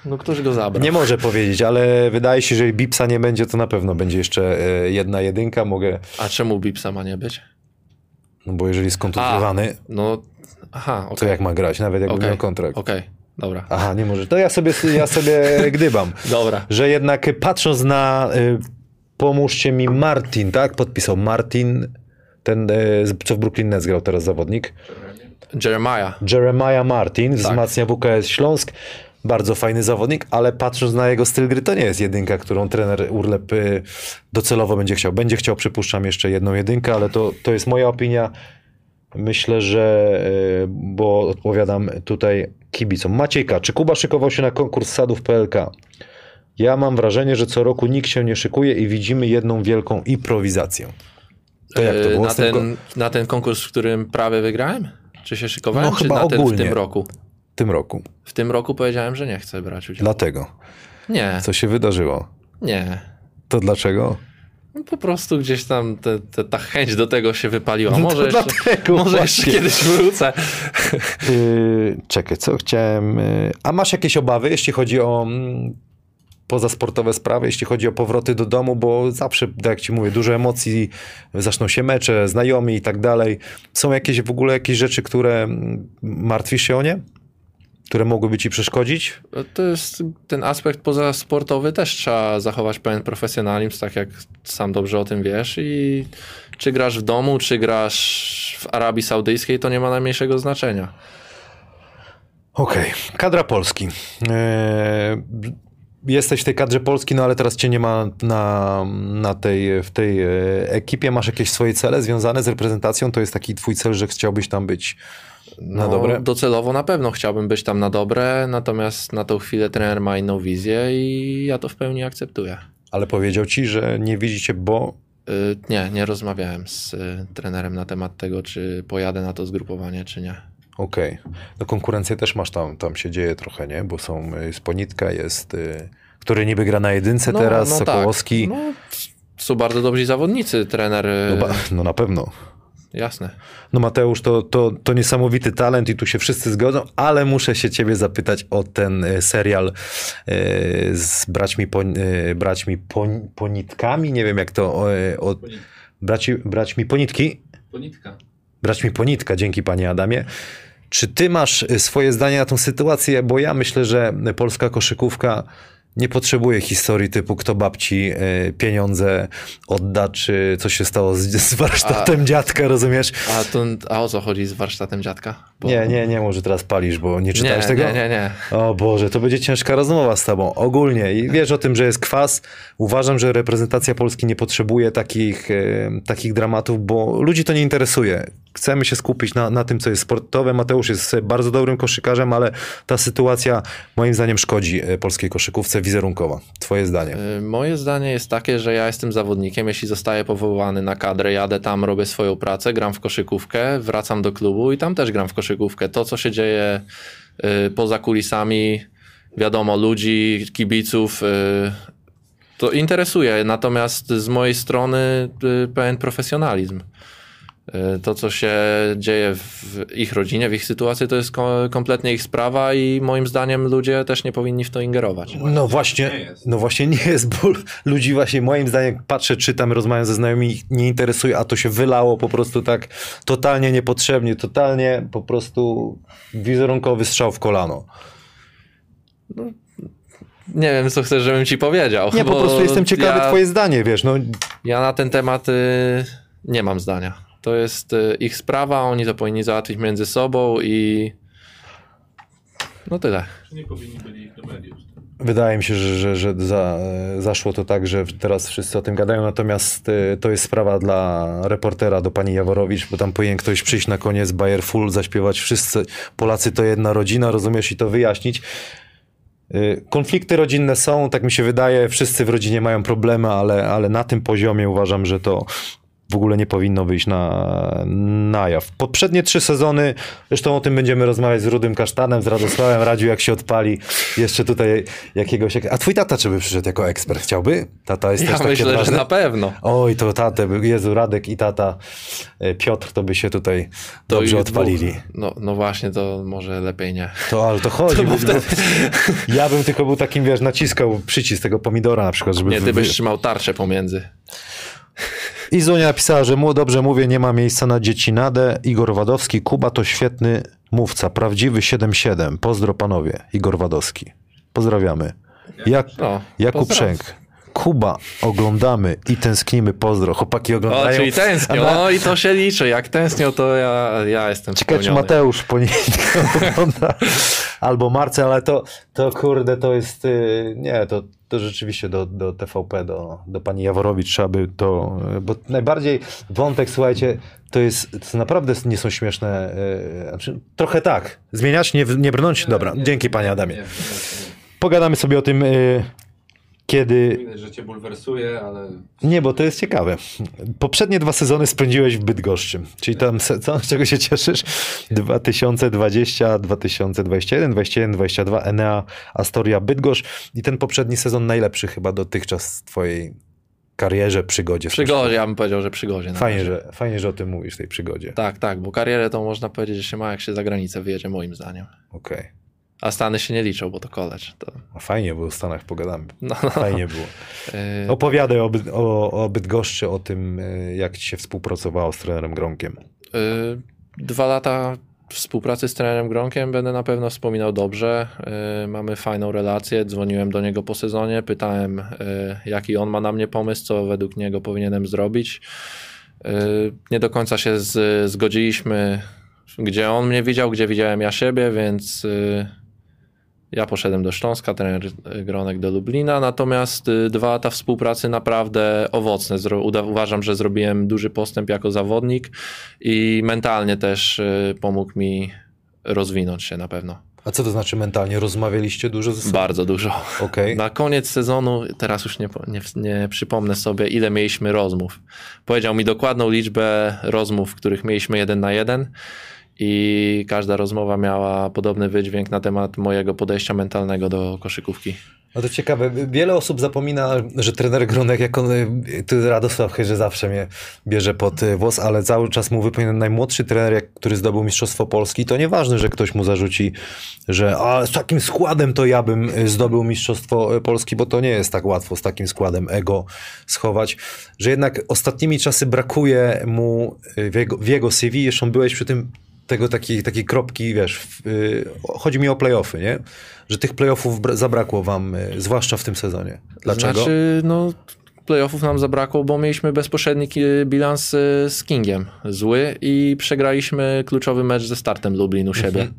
No ktoś go zabrał. Nie może powiedzieć, ale wydaje się, że jeżeli Bipsa nie będzie, to na pewno będzie jeszcze e, jedna jedynka. Mogę... A czemu Bipsa ma nie być? No bo jeżeli jest kontuzjowany, A, no, aha, okay. to jak ma grać, nawet jakby okay. miał kontrakt. Okej, okay. Dobra. Aha, nie może. To ja sobie, ja sobie gdybam. Dobra. Że jednak patrząc na, y, pomóżcie mi, Martin, tak? Podpisał Martin, ten, y, co w Brooklyn Nets grał teraz zawodnik. Jeremiah. Jeremiah Martin, tak. wzmacnia W K S Śląsk. Bardzo fajny zawodnik, ale patrząc na jego styl gry, to nie jest jedynka, którą trener Urlep y, docelowo będzie chciał. Będzie chciał, przypuszczam, jeszcze jedną jedynkę, ale to, to jest moja opinia. Myślę, że, y, bo odpowiadam tutaj kibicom. Maciejka, czy Kuba szykował się na konkurs sadów P L K? Ja mam wrażenie, że co roku nikt się nie szykuje i widzimy jedną wielką improwizację. To jak to było? Na ten, na ten konkurs, w którym prawie wygrałem? Czy się szykowałem? No, czy chyba na ten ogólnie. w tym roku? W tym roku. W tym roku powiedziałem, że nie chcę brać udziału. Dlatego. Nie. Co się wydarzyło? Nie. To dlaczego? No po prostu gdzieś tam te, te, ta chęć do tego się wypaliła. Może, no jeszcze, dlatego może jeszcze kiedyś wrócę. Yy, czekaj, co chciałem... Yy, a masz jakieś obawy, jeśli chodzi o mm, pozasportowe sprawy, jeśli chodzi o powroty do domu, bo zawsze, tak jak ci mówię, dużo emocji, zaczną się mecze, znajomi i tak dalej. Są jakieś w ogóle jakieś rzeczy, które martwisz się o nie? Które mogłyby ci przeszkodzić? To jest ten aspekt pozasportowy, też trzeba zachować pewien profesjonalizm, tak jak sam dobrze o tym wiesz. I czy grasz w domu, czy grasz w Arabii Saudyjskiej, to nie ma najmniejszego znaczenia. Okej, okay. Kadra Polski. Eee, jesteś w tej kadrze Polski, no ale teraz cię nie ma na, na tej, w tej ekipie. Masz jakieś swoje cele związane z reprezentacją? To jest taki twój cel, że chciałbyś tam być na no, dobre? Docelowo na pewno chciałbym być tam na dobre, natomiast na tą chwilę trener ma inną wizję i ja to w pełni akceptuję. Ale powiedział ci, że nie widzi cię, bo... Yy, nie, nie rozmawiałem z y, trenerem na temat tego, czy pojadę na to zgrupowanie, czy nie. Okej. Okay. No konkurencję też masz tam, tam się dzieje trochę, nie? Bo są Sponitka, jest, y, który niby gra na jedynce no, teraz, no Sokołowski. Tak. No, są bardzo dobrzy zawodnicy, trener... No, ba, no na pewno. Jasne. No Mateusz, to, to, to niesamowity talent i tu się wszyscy zgodzą, ale muszę się ciebie zapytać o ten serial y, z braćmi, po, y, braćmi pon, Ponitkami, nie wiem jak to... Y, od, braci, braćmi Ponitki? Ponitka. Braćmi Ponitka, dzięki panie Adamie. Czy ty masz swoje zdanie na tą sytuację? Bo ja myślę, że polska koszykówka nie potrzebuje historii typu kto babci y, pieniądze odda, czy co się stało z, z warsztatem a, dziadka, rozumiesz? A, to, a o co chodzi z warsztatem dziadka? Bo... Nie, nie, nie, może teraz palisz, bo nie czytałeś nie, tego? Nie, nie, nie. O Boże, to będzie ciężka rozmowa z tobą. Ogólnie. I wiesz o tym, że jest kwas. Uważam, że reprezentacja Polski nie potrzebuje takich, y, takich dramatów, bo ludzi to nie interesuje. Chcemy się skupić na, na tym, co jest sportowe. Mateusz jest bardzo dobrym koszykarzem, ale ta sytuacja moim zdaniem szkodzi polskiej koszykówce wizerunkowa. Twoje zdanie? Moje zdanie jest takie, że ja jestem zawodnikiem, jeśli zostaję powołany na kadrę, jadę tam, robię swoją pracę, gram w koszykówkę, wracam do klubu i tam też gram w koszykówkę. To, co się dzieje y, poza kulisami, wiadomo, ludzi, kibiców, y, to interesuje. Natomiast z mojej strony y, pewien profesjonalizm. To, co się dzieje w ich rodzinie, w ich sytuacji, to jest kompletnie ich sprawa i moim zdaniem ludzie też nie powinni w to ingerować. No właśnie, no właśnie nie jest, bo ludzi właśnie moim zdaniem, patrzę, czytam, rozmawiam ze znajomymi, ich nie interesuje, a to się wylało po prostu tak totalnie niepotrzebnie, totalnie po prostu wizerunkowy strzał w kolano. No, nie wiem, co chcesz, żebym ci powiedział. Nie, po prostu jestem ciekawy ja, twoje zdanie, wiesz. No. Ja na ten temat y, nie mam zdania. To jest ich sprawa, oni to powinni załatwić między sobą i no tyle. Nie powinni byli ich do mediów. Wydaje mi się, że, że, że za, zaszło to tak, że teraz wszyscy o tym gadają, natomiast to jest sprawa dla reportera, do pani Jaworowicz, bo tam powinien ktoś przyjść na koniec Bayer Full, zaśpiewać wszyscy, Polacy to jedna rodzina, rozumiesz, i to wyjaśnić. Konflikty rodzinne są, tak mi się wydaje, wszyscy w rodzinie mają problemy, ale, ale na tym poziomie uważam, że to w ogóle nie powinno wyjść na, na jaw. Poprzednie trzy sezony, zresztą o tym będziemy rozmawiać z Rudym Kasztanem, z Radosławem, radził jak się odpali. Jeszcze tutaj jakiegoś... A twój tata czy by przyszedł jako ekspert? Chciałby? Tata jest ja też takie myślę, odważne? że na pewno. Oj, to tatę, Jezu, Radek i tata Piotr, to by się tutaj to dobrze odpalili. No, no właśnie, to może lepiej nie. To, ale to chodzi. To bo, wtedy... bo, ja bym tylko był takim, wiesz, naciskał przycisk tego pomidora na przykład, żeby... Nie, ty wy... byś trzymał tarczę pomiędzy. I Zunia napisała, że mu dobrze mówię, nie ma miejsca na dziecinadę. Igor Wadowski, Kuba to świetny mówca, prawdziwy siedem siedem. Pozdro panowie, Igor Wadowski. Pozdrawiamy. Jak, no, Jakub Przęk. Kuba, oglądamy i tęsknimy, pozdro. Chłopaki oglądają. O, czyli tęsknią, na... no i to się liczy. Jak tęsknią, to ja, ja jestem Ciekawe, czy spełniony. Mateusz poniekąd ogląda, albo Marcel, ale to, to kurde, to jest, nie, to, to rzeczywiście do, do T V P, do, do pani Jaworowicz trzeba by to, bo najbardziej wątek, słuchajcie, to jest, to naprawdę nie są śmieszne, znaczy, trochę tak, zmieniać, nie, nie brnąć? Dobra, dzięki panie Adamie. Pogadamy sobie o tym, kiedy... Widać, że cię bulwersuje, ale... Nie, bo to jest ciekawe. Poprzednie dwa sezony spędziłeś w Bydgoszczy. Czyli tam, co, z czego się cieszysz? dwa tysiące dwudziesty, dwa tysiące dwudziesty jeden, dwudziesty jeden, dwudziesty dwa, Enea, Astoria, Bydgoszcz. I ten poprzedni sezon najlepszy chyba dotychczas w twojej karierze, przygodzie. Przygodzie, ja bym powiedział, że przygodzie. Fajnie że, fajnie, że o tym mówisz, tej przygodzie. Tak, tak, bo karierę to można powiedzieć, że się ma, jak się za granicę wyjedzie, moim zdaniem. Okej. Okay. A Stany się nie liczą, bo to college. To... A fajnie było, w Stanach pogadamy. No, no. Fajnie było. Yy... Opowiadaj o, o, o Bydgoszczy, o tym, jak ci się współpracowało z trenerem Gronkiem. Yy, dwa lata współpracy z trenerem Gronkiem będę na pewno wspominał dobrze. Yy, mamy fajną relację. Dzwoniłem do niego po sezonie, pytałem, yy, jaki on ma na mnie pomysł, co według niego powinienem zrobić. Yy, nie do końca się z, zgodziliśmy, gdzie on mnie widział, gdzie widziałem ja siebie, więc... Yy, Ja poszedłem do Śląska, trener Gronek do Lublina, natomiast dwa lata współpracy naprawdę owocne. Uważam, że zrobiłem duży postęp jako zawodnik i mentalnie też pomógł mi rozwinąć się na pewno. A co to znaczy mentalnie? Rozmawialiście dużo ze sobą? Bardzo dużo. Okay. Na koniec sezonu, teraz już nie, nie, nie przypomnę sobie, ile mieliśmy rozmów. Powiedział mi dokładną liczbę rozmów, których mieliśmy jeden na jeden. I każda rozmowa miała podobny wydźwięk na temat mojego podejścia mentalnego do koszykówki. No to ciekawe, wiele osób zapomina, że trener Gronek, jak on, tu Radosław Chyży zawsze mnie bierze pod włos, ale cały czas mówi, powinien najmłodszy trener, który zdobył Mistrzostwo Polski, to nieważne, że ktoś mu zarzuci, że a z takim składem to ja bym zdobył Mistrzostwo Polski, bo to nie jest tak łatwo z takim składem ego schować, że jednak ostatnimi czasy brakuje mu w jego, w jego C V, jeszcze byłeś przy tym tego takiej, takiej kropki, wiesz, yy, chodzi mi o play-offy, nie? Że tych play-offów zabrakło wam, yy, zwłaszcza w tym sezonie. Dlaczego? Znaczy, no, play-offów nam zabrakło, bo mieliśmy bezpośredni bilans z Kingiem zły i przegraliśmy kluczowy mecz ze Startem Lublin u siebie. Mhm.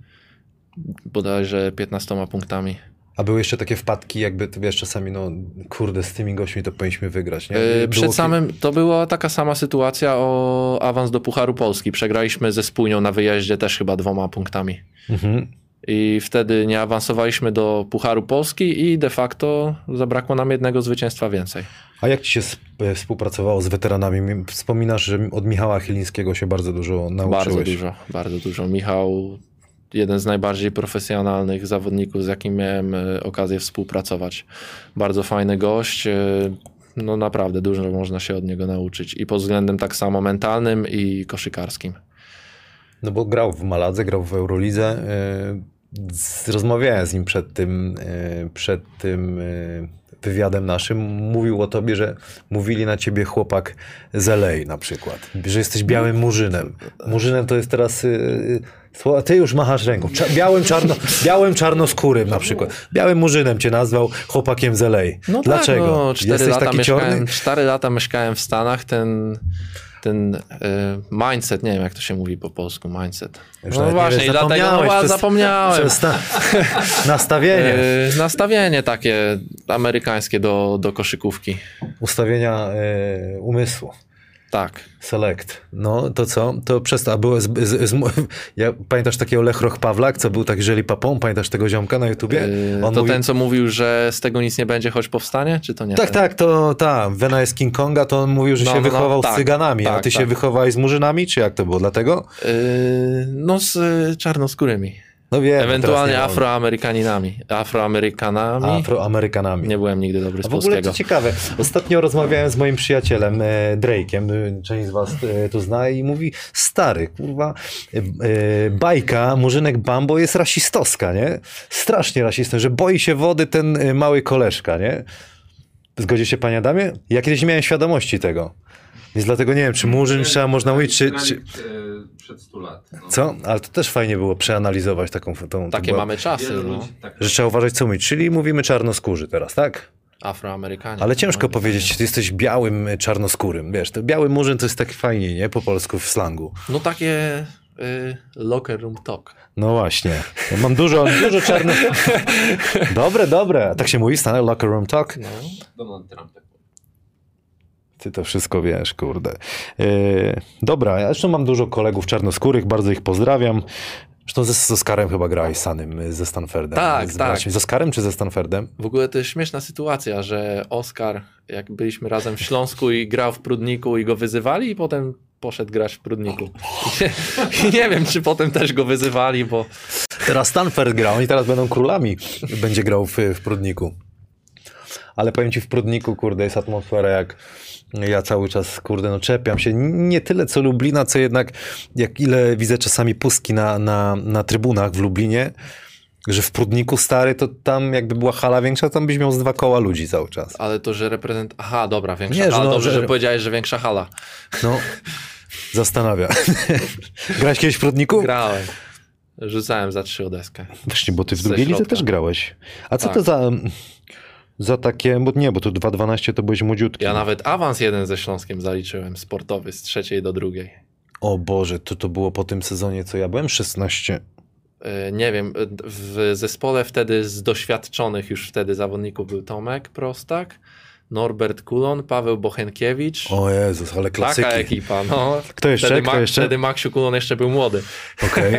Bodajże piętnastoma punktami. A były jeszcze takie wpadki, jakby, wiesz, czasami, no kurde, z tymi gośćmi to powinniśmy wygrać, nie? Yy, przed samym, to była taka sama sytuacja o awans do Pucharu Polski. Przegraliśmy ze Spójnią na wyjeździe też chyba dwoma punktami. Mhm. I wtedy nie awansowaliśmy do Pucharu Polski i de facto zabrakło nam jednego zwycięstwa więcej. A jak ci się współpracowało z weteranami? Wspominasz, że od Michała Chylińskiego się bardzo dużo nauczyłeś. Bardzo dużo, bardzo dużo. Michał... jeden z najbardziej profesjonalnych zawodników, z jakim miałem okazję współpracować. Bardzo fajny gość, no naprawdę dużo można się od niego nauczyć i pod względem tak samo mentalnym i koszykarskim. No bo grał w Maladze, grał w Eurolidze. Rozmawiałem z nim przed tym, przed tym wywiadem naszym. Mówił o tobie, że mówili na ciebie chłopak z L A na przykład, że jesteś białym murzynem. Murzynem to jest teraz... Ty już machasz ręką. Białym, czarno, białym czarnoskórym na przykład. Białym murzynem cię nazwał, chłopakiem z L A. No dlaczego? Tak, no, cztery Jesteś lata taki mieszkałem, czarny? cztery lata mieszkałem w Stanach, ten... ten y, mindset, nie wiem jak to się mówi po polsku, mindset. Już no właśnie, i dlatego no, przez, zapomniałem. Przez na, nastawienie. Y, nastawienie takie amerykańskie do, do koszykówki. Ustawienia y, umysłu. Tak. Select. No to co? To przez to, a było z, z, z, ja, pamiętasz takiego Lech Roch-Pawlak, co był tak żeli papą? Pamiętasz tego ziomka na YouTubie? Yy, On to mówi... ten, co mówił, że z tego nic nie będzie, choć powstanie, czy to nie? Tak, ten? tak, to ta, Wena jest King Konga, to on mówił, że No, się no, no, wychował tak, z cyganami, tak, a ty tak. się wychowałeś z murzynami, czy jak to było? Dlatego? Yy, no z y, czarnoskórymi. No wiem. Ewentualnie afroamerykaninami. Afroamerykanami. Afroamerykanami. Nie byłem nigdy dobry z A w ogóle polskiego. to ciekawe. Ostatnio rozmawiałem z moim przyjacielem e, Drake'em, e, część z was e, to zna i mówi, stary, kurwa, e, e, bajka Murzynek Bambo jest rasistowska, nie? Strasznie rasistowska, że boi się wody ten e, mały koleżka, nie? Zgodzi się, panie Adamie? Ja kiedyś nie miałem świadomości tego. Więc dlatego nie wiem, czy Murzyn trzeba można mówić, czy... czy... Przed stu lat. No. Co? Ale to też fajnie było przeanalizować taką... Tą, Takie tą, mamy czasy, Wielu no. ludzi tak że trzeba uważać, co mówić. Czyli mówimy czarnoskórzy teraz, tak? Afroamerykanie. Ale ciężko No, powiedzieć, ty jesteś białym y, czarnoskórym, wiesz, to biały murzyn to jest tak fajnie, nie? Po polsku w slangu. No takie y, locker room talk. No właśnie. Ja mam dużo, dużo czarno... Dobre, dobre. A tak się mówi, stanę locker room talk? No. Donald Trump tak mówi. Ty to wszystko wiesz, kurde. Yy, dobra, ja zresztą mam dużo kolegów czarnoskórych, bardzo ich pozdrawiam. Zresztą ze, z Oskarem chyba grałeś Sanym, ze Stanfordem. Tak, z tak. braćmi. Z Oskarem czy ze Stanfordem? W ogóle to jest śmieszna sytuacja, że Oskar, jak byliśmy razem w Śląsku i grał w Prudniku i go wyzywali i potem poszedł grać w Prudniku. I nie, i nie wiem, czy potem też go wyzywali, bo... Teraz Stanford gra, oni teraz będą królami. Będzie grał w, w Prudniku. Ale powiem ci, w Prudniku, kurde, jest atmosfera jak... Ja cały czas, kurde, no czepiam się. Nie tyle co Lublina, co jednak jak ile widzę czasami pustki na, na, na trybunach w Lublinie, że w Prudniku stary, to tam jakby była hala większa, tam byś miał z dwa koła ludzi cały czas. Ale to, że reprezent... Aha, dobra, większa Nie, że hala. no, Dobrze, że- że powiedziałeś, że większa hala. No, zastanawia. Grałeś kiedyś w Prudniku? Grałem. Rzucałem za trzy o deskę. Właśnie, bo ty w Ze drugiej lidze środka. też grałeś. A co Tak. to za... Za takie, bo nie, bo tu dwa dwanaście to byłeś młodziutki. Ja nawet awans jeden ze Śląskiem zaliczyłem, sportowy, z trzeciej do drugiej. O Boże, to to było po tym sezonie, co ja byłem? szesnaście. Yy, Nie wiem, w zespole wtedy z doświadczonych już wtedy zawodników był Tomek Prostak, Norbert Kulon, Paweł Bochenkiewicz. O Jezus, ale klasyki. Taka ekipa, no. Kto jeszcze? Wtedy, Kto Ma- jeszcze? wtedy Maksiu Kulon jeszcze był młody. Okej.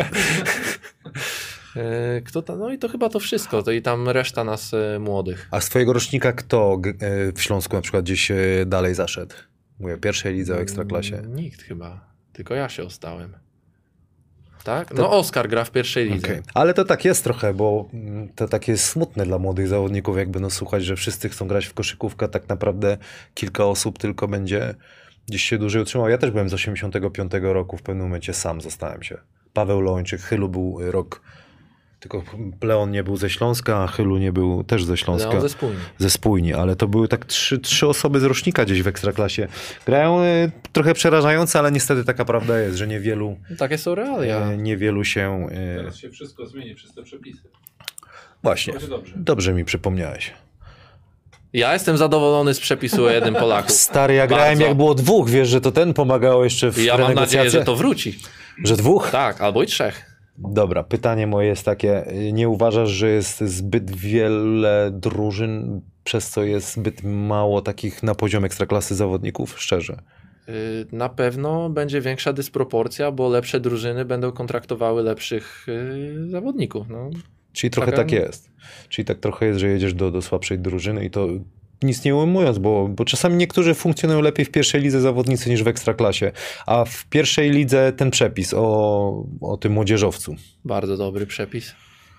Yy, Kto tam? No i to chyba to wszystko. To i tam reszta nas yy, młodych. A z twojego rocznika kto g- e, w Śląsku na przykład gdzieś e, dalej zaszedł? Mówię, pierwszej lidze o Ekstraklasie. Mm, Nikt chyba. Tylko ja się ostałem. Tak? No Oskar gra w pierwszej lidze. Okej. Ale to tak jest trochę, bo mm, to takie jest smutne dla młodych zawodników, jakby no słuchać, że wszyscy chcą grać w koszykówkę, tak naprawdę kilka osób tylko będzie gdzieś się dłużej utrzymał. Ja też byłem z osiemdziesiątego piątego roku, w pewnym momencie sam zostałem się. Paweł Lończyk, Chylu był y, rok, tylko Leon nie był ze Śląska, a Chylu nie był też ze Śląska. Leon ze Spójni. Ze Spójni, ale to były tak trzy, trzy osoby z rocznika gdzieś w Ekstraklasie. Grają y, trochę przerażające, ale niestety taka prawda jest, że niewielu, Takie są realia. y, niewielu się... Y, Teraz się wszystko zmieni przez te przepisy. właśnie, Będzie dobrze. dobrze mi przypomniałeś. Ja jestem zadowolony z przepisu o jednym Polaku. Stary, ja grałem Bardzo. jak było dwóch, wiesz, że to ten pomagało jeszcze w I ja mam nadzieję, renegocjacjach? że to wróci. Że dwóch? Tak, albo i trzech. Dobra, pytanie moje jest takie, nie uważasz, że jest zbyt wiele drużyn, przez co jest zbyt mało takich na poziom ekstraklasy zawodników? Szczerze. Yy, Na pewno będzie większa dysproporcja, bo lepsze drużyny będą kontraktowały lepszych yy, zawodników. No, Czyli trochę Taka- tak jest. Czyli tak trochę jest, że jedziesz do, do słabszej drużyny i to nic nie ujmując, bo, bo czasami niektórzy funkcjonują lepiej w pierwszej lidze zawodnicy niż w ekstraklasie, a w pierwszej lidze ten przepis o, o tym młodzieżowcu. bardzo dobry przepis.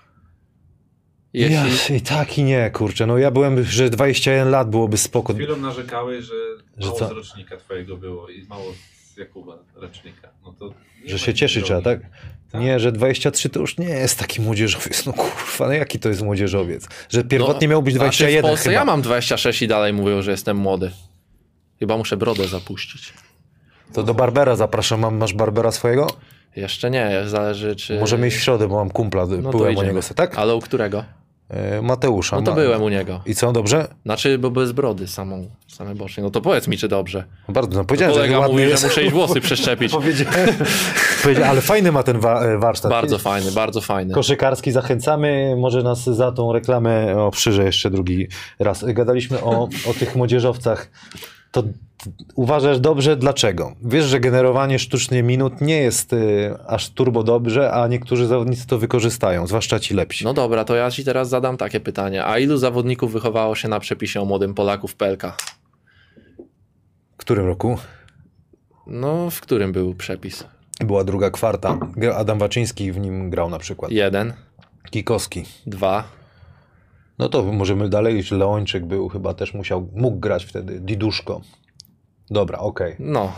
Jeśli... Ja, i tak i nie, kurczę. No ja byłem, że dwadzieścia jeden lat byłoby spoko. Chwilą narzekałeś, że Że mało co? z rocznika twojego było i mało z Jakuba rocznika. No to nie Że ma się innej cieszy trzeba, drogi. tak? Nie, że dwadzieścia trzy to już nie jest taki młodzieżowiec. No kurwa, no jaki to jest młodzieżowiec? Że pierwotnie miał być dwadzieścia Znaczy w jeden Polsce chyba. ja mam dwadzieścia sześć i dalej mówią, że jestem młody. Chyba muszę brodę zapuścić. To do Barbera zapraszam. Mam, masz Barbera swojego? Jeszcze nie, zależy czy... Możemy iść w środę, bo mam kumpla. No to byłem u idziemy. niego, tak? Ale u którego? E, Mateusza. No to ma- byłem u niego. I co, dobrze? Znaczy, bo bez brody, samą, same bocznie. No to powiedz mi, czy dobrze. No bardzo, no powiedziałem, że Kolega ładny mówi, jest. że muszę iść włosy przeszczepić. Powiedziałem, powiedziałem, ale fajny ma ten wa- warsztat. Bardzo fajny, bardzo fajny. Koszykarski, zachęcamy. Może nas za tą reklamę obszerzę jeszcze drugi raz. Gadaliśmy o, o tych młodzieżowcach. To uważasz dobrze, dlaczego? Wiesz, że generowanie sztucznie minut nie jest y, aż turbo dobrze, a niektórzy zawodnicy to wykorzystają, zwłaszcza ci lepsi. No dobra, to ja ci teraz zadam takie pytanie. A ilu zawodników wychowało się na przepisie o młodym Polaku w P L K? W którym roku? No, w którym był przepis? Była druga kwarta. Adam Waczyński w nim grał na przykład. Jeden. Kikowski. Dwa. No to możemy dalej iść. Leończyk był, chyba też musiał, mógł grać wtedy. Diduszko. Dobra, okej. Okay. No.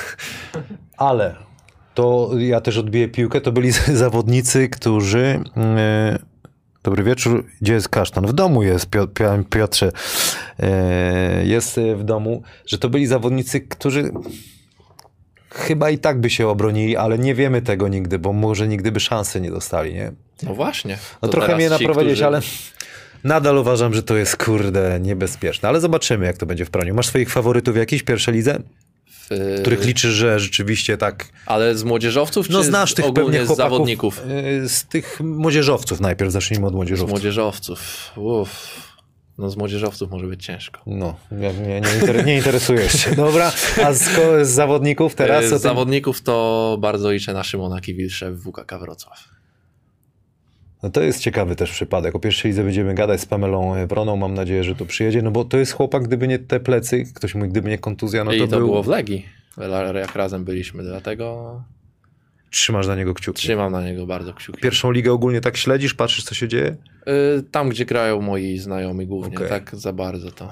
Ale to ja też odbiję piłkę. To byli zawodnicy, którzy... Yy, dobry wieczór. Gdzie jest kasztan? W domu jest, Piotrze. Yy, jest w domu. Że to byli zawodnicy, którzy... Chyba i tak by się obronili, ale nie wiemy tego nigdy, bo może nigdy by szansy nie dostali, nie? No właśnie. No trochę mnie naprowadziłeś, którzy... ale nadal uważam, że to jest, kurde, niebezpieczne. Ale zobaczymy, jak to będzie w praniu. Masz swoich faworytów w jakiejś pierwszej lidze? W... Których liczysz, że rzeczywiście tak... Ale z młodzieżowców, no, czy znasz tych ogólnie chłopaków, z zawodników? Z tych młodzieżowców najpierw, zacznijmy od młodzieżowców. Z młodzieżowców. Uff. No z młodzieżowców może być ciężko. No, nie, nie, nie, inter, nie interesujesz się. Dobra, a z, z zawodników teraz? Z tym... zawodników to bardzo liczę na Szymona Kiwilsze w W K K Wrocław. No to jest ciekawy też przypadek. O pierwszej lidze będziemy gadać z Pamelą Wroną. Mam nadzieję, że to przyjedzie, no bo to jest chłopak, gdyby nie te plecy, ktoś mówi, gdyby nie kontuzja, no to I to był... było w Legii, jak razem byliśmy, dlatego... Trzymasz na niego kciuki. Trzymam na niego bardzo kciuki. Pierwszą ligę ogólnie tak śledzisz, patrzysz, co się dzieje? Yy, tam, gdzie grają moi znajomi głównie, okay. Tak za bardzo to.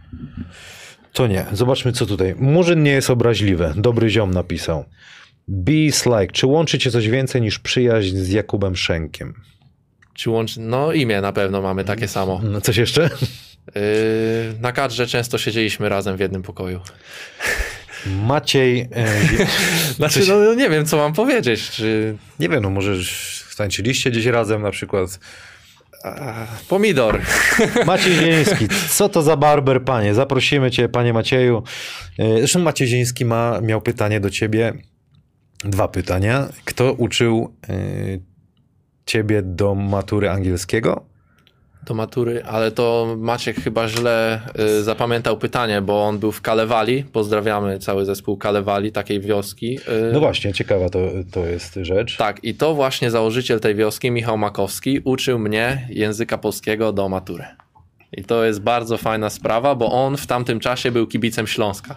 To nie. Zobaczmy, co tutaj. Murzyn nie jest obraźliwy. Dobry ziom napisał. Bees like. Czy łączy cię coś więcej niż przyjaźń z Jakubem Szenkiem? Czy łączy... No imię na pewno mamy takie samo. No, coś jeszcze? Yy, na kadrze często siedzieliśmy razem w jednym pokoju. Maciej... E, znaczy, coś... no nie wiem, co mam powiedzieć. Czy... Nie wiem, no może tańczyliście gdzieś razem na przykład. A, pomidor. Maciej Zieliński. Co to za barber, panie? Zaprosimy cię, panie Macieju. Zresztą Maciej Zieliński ma, miał pytanie do ciebie. Dwa pytania. Kto uczył y, ciebie do matury angielskiego? Do matury, ale to Maciek chyba źle y, zapamiętał pytanie, bo on był w Kalewali. Pozdrawiamy cały zespół Kalewali, takiej wioski. Y, no właśnie, ciekawa to, to jest rzecz. Tak, i to właśnie założyciel tej wioski, Michał Makowski, uczył mnie języka polskiego do matury. I to jest bardzo fajna sprawa, bo on w tamtym czasie był kibicem Śląska.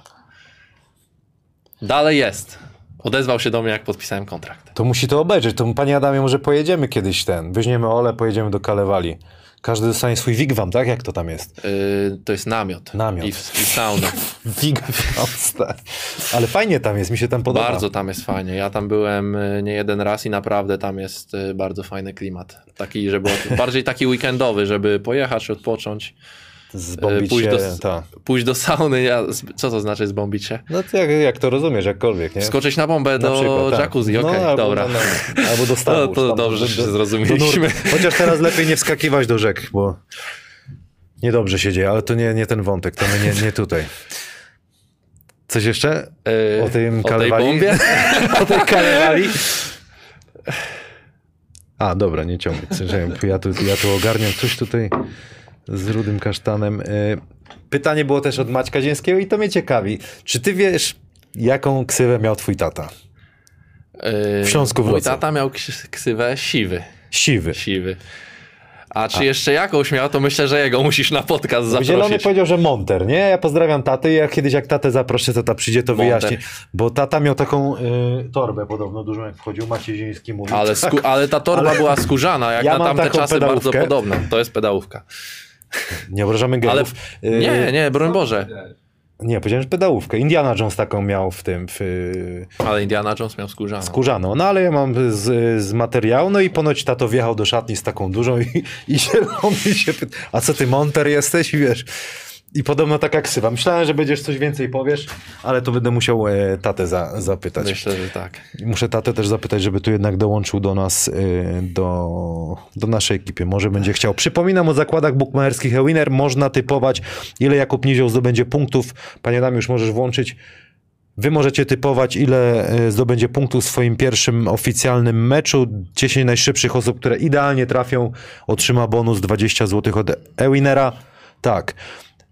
Dalej jest. Odezwał się do mnie, jak podpisałem kontrakt. To musi to obejrzeć. To panie Adamie, może pojedziemy kiedyś ten. Weźmiemy Ole, pojedziemy do Kalewali. Każdy dostanie swój wigwam, tak? Jak to tam jest? Yy, to jest namiot. Namiot. I, i sauna. Wigwam, tak. Ale fajnie tam jest, mi się tam podoba. Bardzo tam jest fajnie. Ja tam byłem nie jeden raz i naprawdę tam jest bardzo fajny klimat. Taki, żeby bardziej taki weekendowy, żeby pojechać, odpocząć. Zbombić pójść się, do, ta. pójść do sauny. Ja, co to znaczy zbombić się? No to jak, jak to rozumiesz, jakkolwiek, nie? Skoczyć na bombę na do przykład, jacuzzi, tak. okej, okay, no, dobra. Albo, no, no, albo do stawu. No, to dobrze, że się zrozumieliśmy. Chociaż teraz lepiej nie wskakiwać do rzek, bo niedobrze się dzieje, ale to nie, nie ten wątek, to my nie, nie tutaj. Coś jeszcze? Yy, o tym o Kalewali? tej bombie? O tej Kalewali? A, dobra, nie ciągnij. Ja tu, ja tu ogarniam coś tutaj z rudym kasztanem. Pytanie było też od Maćka Zięskiego i to mnie ciekawi. Czy ty wiesz, jaką ksywę miał twój tata? W Śląsku Wrocław. Mój tata miał ksywę Siwy. Siwy. Siwy. A czy A. jeszcze jakąś miał, to myślę, że jego musisz na podcast zaprosić. Zielony powiedział, że Monter, nie? Ja pozdrawiam tatę i jak kiedyś jak tatę zaproszę, tata przyjdzie, to Monter. Wyjaśni. Bo tata miał taką y, torbę podobno dużą, jak wchodził, Maciej Zieliński mówił. Ale, tak. sku- ale ta torba ale... była skórzana, jak ja na tamte czasy pedałówkę. Bardzo podobna. To jest pedałówka. Nie obrażamy gejów. Ale... Y... Nie, nie, broń Boże. Nie, powiedziałem, że pedałówkę. Indiana Jones taką miał w tym. W... Ale Indiana Jones miał skórzaną. Skórzaną, no ale ja mam z, z materiału, no i ponoć tato wjechał do szatni z taką dużą i, i zielony się pyta, a co ty Monter jesteś? I wiesz, i podobno taka ksywa. Myślałem, że będziesz coś więcej powiesz, ale to będę musiał e, tatę za, zapytać. Myślę, że tak. Muszę tatę też zapytać, żeby tu jednak dołączył do nas, e, do, do naszej ekipy. Może będzie chciał. Przypominam o zakładach bukmacherskich eWinner. Można typować, ile Jakub Nizioł zdobędzie punktów. Panie Adam, już możesz włączyć. Wy możecie typować, ile zdobędzie punktów w swoim pierwszym oficjalnym meczu. dziesięć najszybszych osób, które idealnie trafią, otrzyma bonus dwadzieścia złotych od eWinnera. Tak.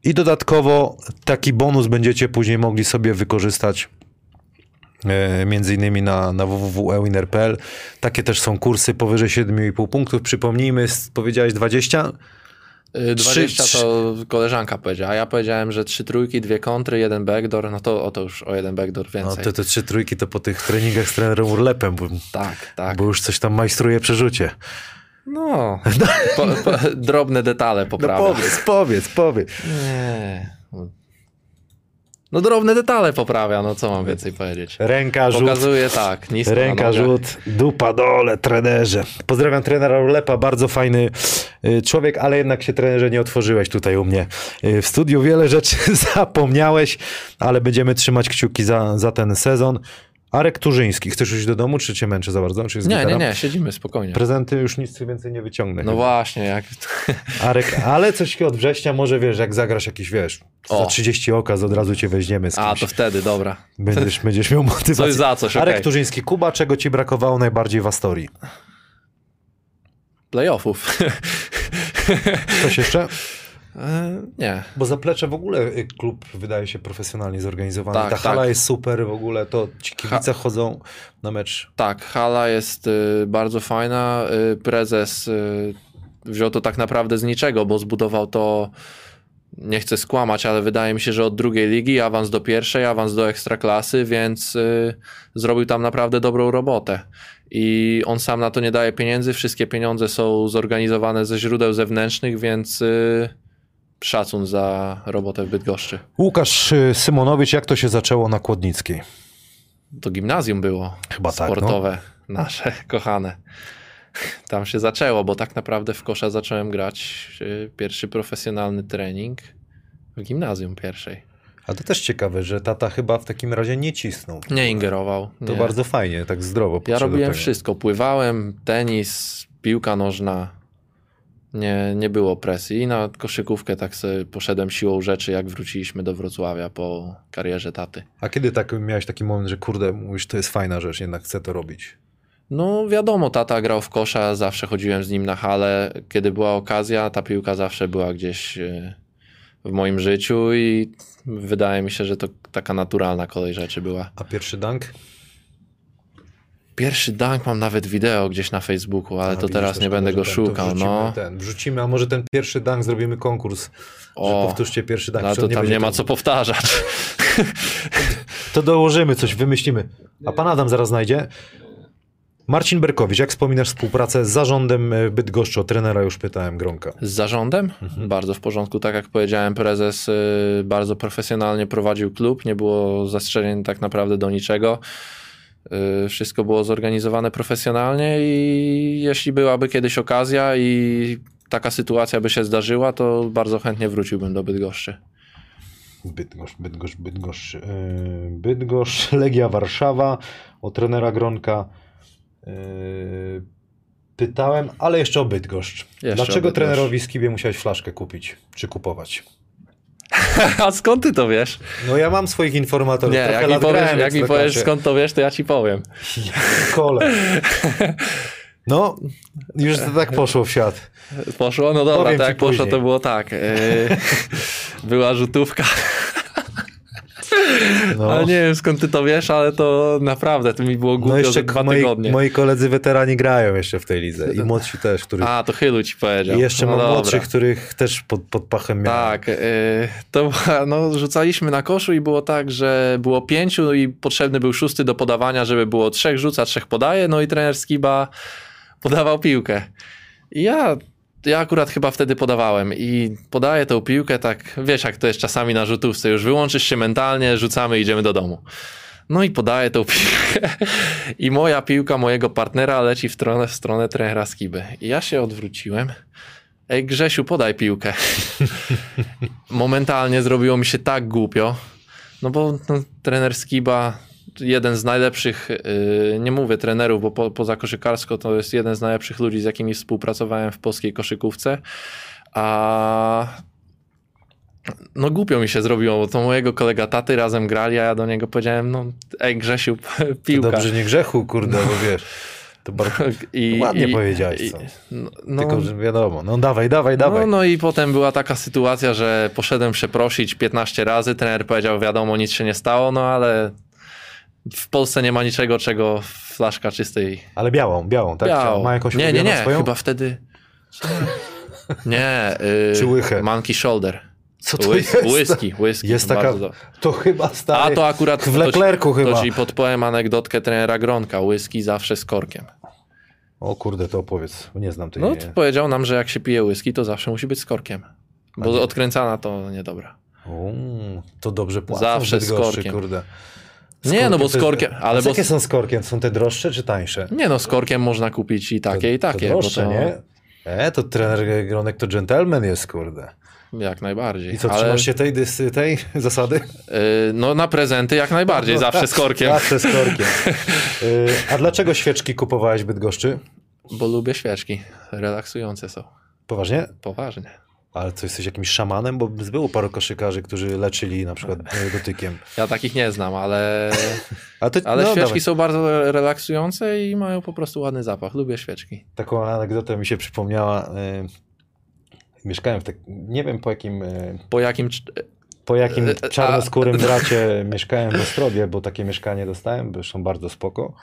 I dodatkowo taki bonus będziecie później mogli sobie wykorzystać e, między innymi na, na w w w kropka e winner kropka p l. Takie też są kursy powyżej siedem i pół punktów. Przypomnijmy, powiedziałeś dwadzieścia? dwadzieścia trzy, to koleżanka powiedziała, a ja powiedziałem, że trzy trójki, dwie kontry, jeden backdoor, no to, o, to już o jeden backdoor więcej. No to te trzy trójki to po tych treningach z trenerem Urlepem, bo, tak, tak. bo już coś tam majstruje przerzucie. No, po, po, drobne detale poprawia. No powiedz, powiedz, powiedz. Nie. No drobne detale poprawia, no co mam więcej powiedzieć. Ręka, rzut. Pokazuje tak, nisko Ręka, rzut, dupa dole, trenerze. Pozdrawiam trenera Urlepa, bardzo fajny y, człowiek, ale jednak się trenerze nie otworzyłeś tutaj u mnie y, w studiu. Wiele rzeczy zapomniałeś, ale będziemy trzymać kciuki za, za ten sezon. Arek Turzyński, chcesz iść do domu, czy cię męczę za bardzo? Czy jest nie, gitara? nie, nie, siedzimy spokojnie. Prezenty już nic więcej nie wyciągnę. No chyba. właśnie, jak... Arek, ale coś od września może, wiesz, jak zagrasz jakiś, wiesz, O. za trzydzieści okaz od razu cię weźmiemy z kimś. A, to wtedy, dobra. Będziesz, będziesz miał motywację. Coś za coś, Arek okej. Turzyński, Kuba, czego ci brakowało najbardziej w Astorii? Playoffów. Coś jeszcze? E, nie. Bo Zaplecze w ogóle y, klub wydaje się profesjonalnie zorganizowany. Tak, Ta hala tak. jest super w ogóle, to ci kibice Ha- chodzą na mecz. Tak, hala jest y, bardzo fajna. Y, prezes y, wziął to tak naprawdę z niczego, bo zbudował to, nie chcę skłamać, ale wydaje mi się, że od drugiej ligi, awans do pierwszej, awans do ekstraklasy, więc y, zrobił tam naprawdę dobrą robotę. I on sam na to nie daje pieniędzy, wszystkie pieniądze są zorganizowane ze źródeł zewnętrznych, więc y, szacun za robotę w Bydgoszczy. Łukasz y, Symonowicz, jak to się zaczęło na Kłodnickiej? To gimnazjum było Chyba tak, no. sportowe, nasze, kochane. Tam się zaczęło, bo tak naprawdę w kosza zacząłem grać y, pierwszy profesjonalny trening w gimnazjum pierwszej. A to też ciekawe, że tata chyba w takim razie nie cisnął. Nie ingerował. To nie. bardzo fajnie, tak zdrowo. Ja podszedł do robiłem tego. wszystko. Pływałem, tenis, piłka nożna. Nie, nie było presji. I na koszykówkę tak sobie poszedłem siłą rzeczy, jak wróciliśmy do Wrocławia po karierze taty. A kiedy tak miałeś taki moment, że kurde, mówisz, to jest fajna rzecz, jednak chcę to robić? No wiadomo, tata grał w kosza, zawsze chodziłem z nim na halę. Kiedy była okazja, ta piłka zawsze była gdzieś y, w moim życiu i wydaje mi się, że to taka naturalna kolej rzeczy była. A pierwszy dunk? Pierwszy dunk mam nawet wideo gdzieś na Facebooku, ale A, to widzisz, teraz też nie będę może go ten, szukał. To wrzucimy, No. ten, wrzucimy, a może ten pierwszy dunk zrobimy konkurs, O, że powtórzcie pierwszy dunk. No to Przecież tam będzie nie ma to- co powtarzać. To dołożymy coś, wymyślimy. A pan Adam zaraz znajdzie. Marcin Berkowicz, jak wspominasz współpracę z zarządem Bydgoszczy? O trenera już pytałem, Gronka. Z zarządem? Mhm. Bardzo w porządku. Tak jak powiedziałem, prezes y, bardzo profesjonalnie prowadził klub. Nie było zastrzeżeń tak naprawdę do niczego. Y, wszystko było zorganizowane profesjonalnie i jeśli byłaby kiedyś okazja i taka sytuacja by się zdarzyła, to bardzo chętnie wróciłbym do Bydgoszczy. Bydgoszcz, Bydgoszcz, Bydgoszcz. Yy, Bydgoszcz, Legia Warszawa, o trenera Gronka yy, pytałem, ale jeszcze o Bydgoszcz. Jeszcze Dlaczego o Bydgoszcz. trenerowi Skibie musiałeś flaszkę kupić, czy kupować? A skąd ty to wiesz? No ja mam swoich informatorów. Nie, trochę jak mi lat powiesz, grałem w jak mi Ekstraklasie. powiesz skąd to wiesz, to ja ci powiem. Kole. No, już to tak poszło w świat. Poszło? No dobra, Powiem to ci jak poszło, później. to było tak. Yy, była rzutówka. No. Ale nie wiem skąd ty to wiesz, ale to naprawdę, to mi było głupio No jeszcze za dwa moi, tygodnie. moi koledzy weterani grają jeszcze w tej lidze i młodsi też, których... A, to Chylu ci powiedział. I jeszcze no mam dobra. młodszych, których też pod, pod pachem miałem. Tak, yy, to była, no, rzucaliśmy na koszu i było tak, że było pięciu i potrzebny był szósty do podawania, żeby było trzech rzuca, trzech podaje, no i trener Skiba podawał piłkę. I ja, ja akurat chyba wtedy podawałem i podaję tą piłkę tak, wiesz jak to jest czasami na rzutówce, już wyłączysz się mentalnie, rzucamy i idziemy do domu. No i podaję tą piłkę i moja piłka mojego partnera leci w stronę, w stronę trenera Skiby. I ja się odwróciłem. Ej Grzesiu, podaj piłkę. Momentalnie zrobiło mi się tak głupio, no bo no, trener Skiba, jeden z najlepszych, yy, nie mówię trenerów, bo po, poza koszykarsko to jest jeden z najlepszych ludzi, z jakimi współpracowałem w polskiej koszykówce, a no głupio mi się zrobiło, bo to mojego kolega taty razem grali, a ja do niego powiedziałem, no ej Grzesiu, To piłka. dobrze nie grzechu, kurde, bo wiesz. To bardzo I, ładnie i, powiedziałeś, i, co? No, Tylko, że wiadomo, no dawaj, dawaj, dawaj. No, no i potem była taka sytuacja, że poszedłem przeprosić piętnaście razy, trener powiedział, wiadomo, nic się nie stało, no ale w Polsce nie ma niczego, czego flaszka czystej... Ale białą, białą, tak? Białą. Ma jakąś nie, nie, nie, swoją? chyba wtedy... Nie, yy, Czy łychę? Monkey Shoulder. Co to Whis jest? Whisky, whisky. Jest taka, do... to chyba stary, A to akurat w Leclercu to, chyba. To ci podpowiem anegdotkę trenera Gronka, whisky zawsze z korkiem. O kurde, to opowiedz, nie znam tej. No nie. to powiedział nam, że jak się pije whisky, to zawsze musi być z korkiem. Bo odkręcana to niedobra. O, to dobrze płacą Zawsze z z Bydgoszczy, korkiem. kurde. Z Nie, no bo to z korkiem... Jest... Ale A bo... jakie są z korkiem? Są te droższe czy tańsze? Nie no, z korkiem można kupić i takie, to, i takie. To droższe, bo to... nie? E, to trener Gronek to gentleman jest, kurde. Jak najbardziej. I co, ale... trzymasz się tej, tej zasady? Yy, no na prezenty jak najbardziej, no, zawsze tak, z korkiem. Zawsze z korkiem. Yy, a dlaczego świeczki kupowałeś w Bydgoszczy? Bo lubię świeczki, relaksujące są. Poważnie? Poważnie. Ale co, jesteś jakimś szamanem? Bo było paru koszykarzy, którzy leczyli na przykład dotykiem. Ja takich nie znam, ale, A ty, ale no, świeczki dawaj. są bardzo relaksujące i mają po prostu ładny zapach. Lubię świeczki. Taką anegdotę mi się przypomniała. Yy, mieszkałem w tak, nie wiem po jakim... Yy, Po jakim... po jakim A- czarnoskórym bracie mieszkałem w Ostrowie, bo takie mieszkanie dostałem, zresztą bardzo spoko.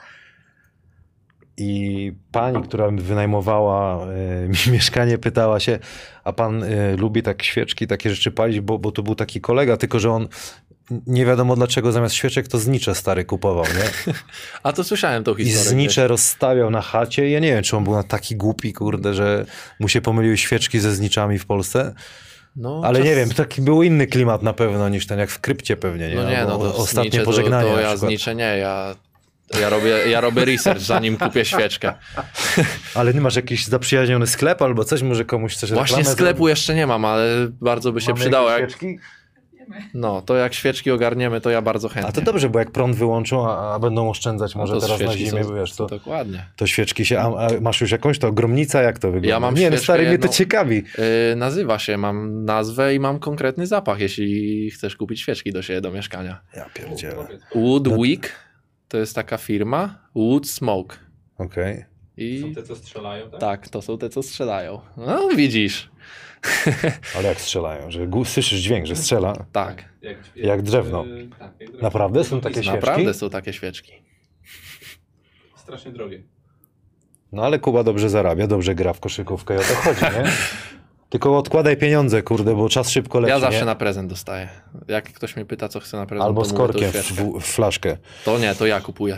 I pani, która wynajmowała y, mi mieszkanie, pytała się, a pan y, lubi tak świeczki, takie rzeczy palić, bo, bo to był taki kolega, tylko że on nie wiadomo dlaczego zamiast świeczek to znicze stary kupował, nie? A to słyszałem tą I historię. znicze rozstawiał na chacie. Ja nie wiem, czy on był na taki głupi, kurde, że mu się pomyliły świeczki ze zniczami w Polsce. No, Ale czas... nie wiem, taki był inny klimat na pewno niż ten, jak w krypcie pewnie, nie? No nie, no Albo to ostatnie znicze, pożegnanie To, to na ja przykład. znicze nie, ja, ja, robię, ja robię research zanim kupię świeczkę. Ale nie masz jakiś zaprzyjaźniony sklep albo coś? Może komuś chcesz Właśnie reklamę sklepu zrobić? jeszcze nie mam, ale bardzo by się Mamy przydało. jakieś Jak... świeczki? No, to jak świeczki ogarniemy, to ja bardzo chętnie. A to dobrze, bo jak prąd wyłączą, a, a będą oszczędzać może No to teraz na świeczki zimie, są- wiesz, to, Dokładnie. to świeczki się... A, a masz już jakąś to gromnica? Jak to wygląda? Ja mam nie, no świeczkę stary, mnie to jedną. ciekawi. Yy, nazywa się, mam nazwę i mam konkretny zapach, jeśli chcesz kupić świeczki do siebie, do mieszkania. Ja pierdzielę. Wood No- Wick to jest taka firma, Wood Smoke. Okej. I Są te, co strzelają, tak? tak, to są te, co strzelają. No widzisz. Ale jak strzelają? Że gu- słyszysz dźwięk, że strzela? Tak, Jak, Jak drewno. y, tak, jak drewno. Naprawdę? Są takie świeczki? naprawdę są takie świeczki. Strasznie drogie. No ale Kuba dobrze zarabia, dobrze gra w koszykówkę i o to chodzi, nie? Tylko odkładaj pieniądze, kurde, bo czas szybko leci, Ja zawsze nie? na prezent dostaję. Jak ktoś mnie pyta, co chce na prezent, Albo to z mówię, to korkiem w, świeczkę. w flaszkę. To nie, to ja kupuję.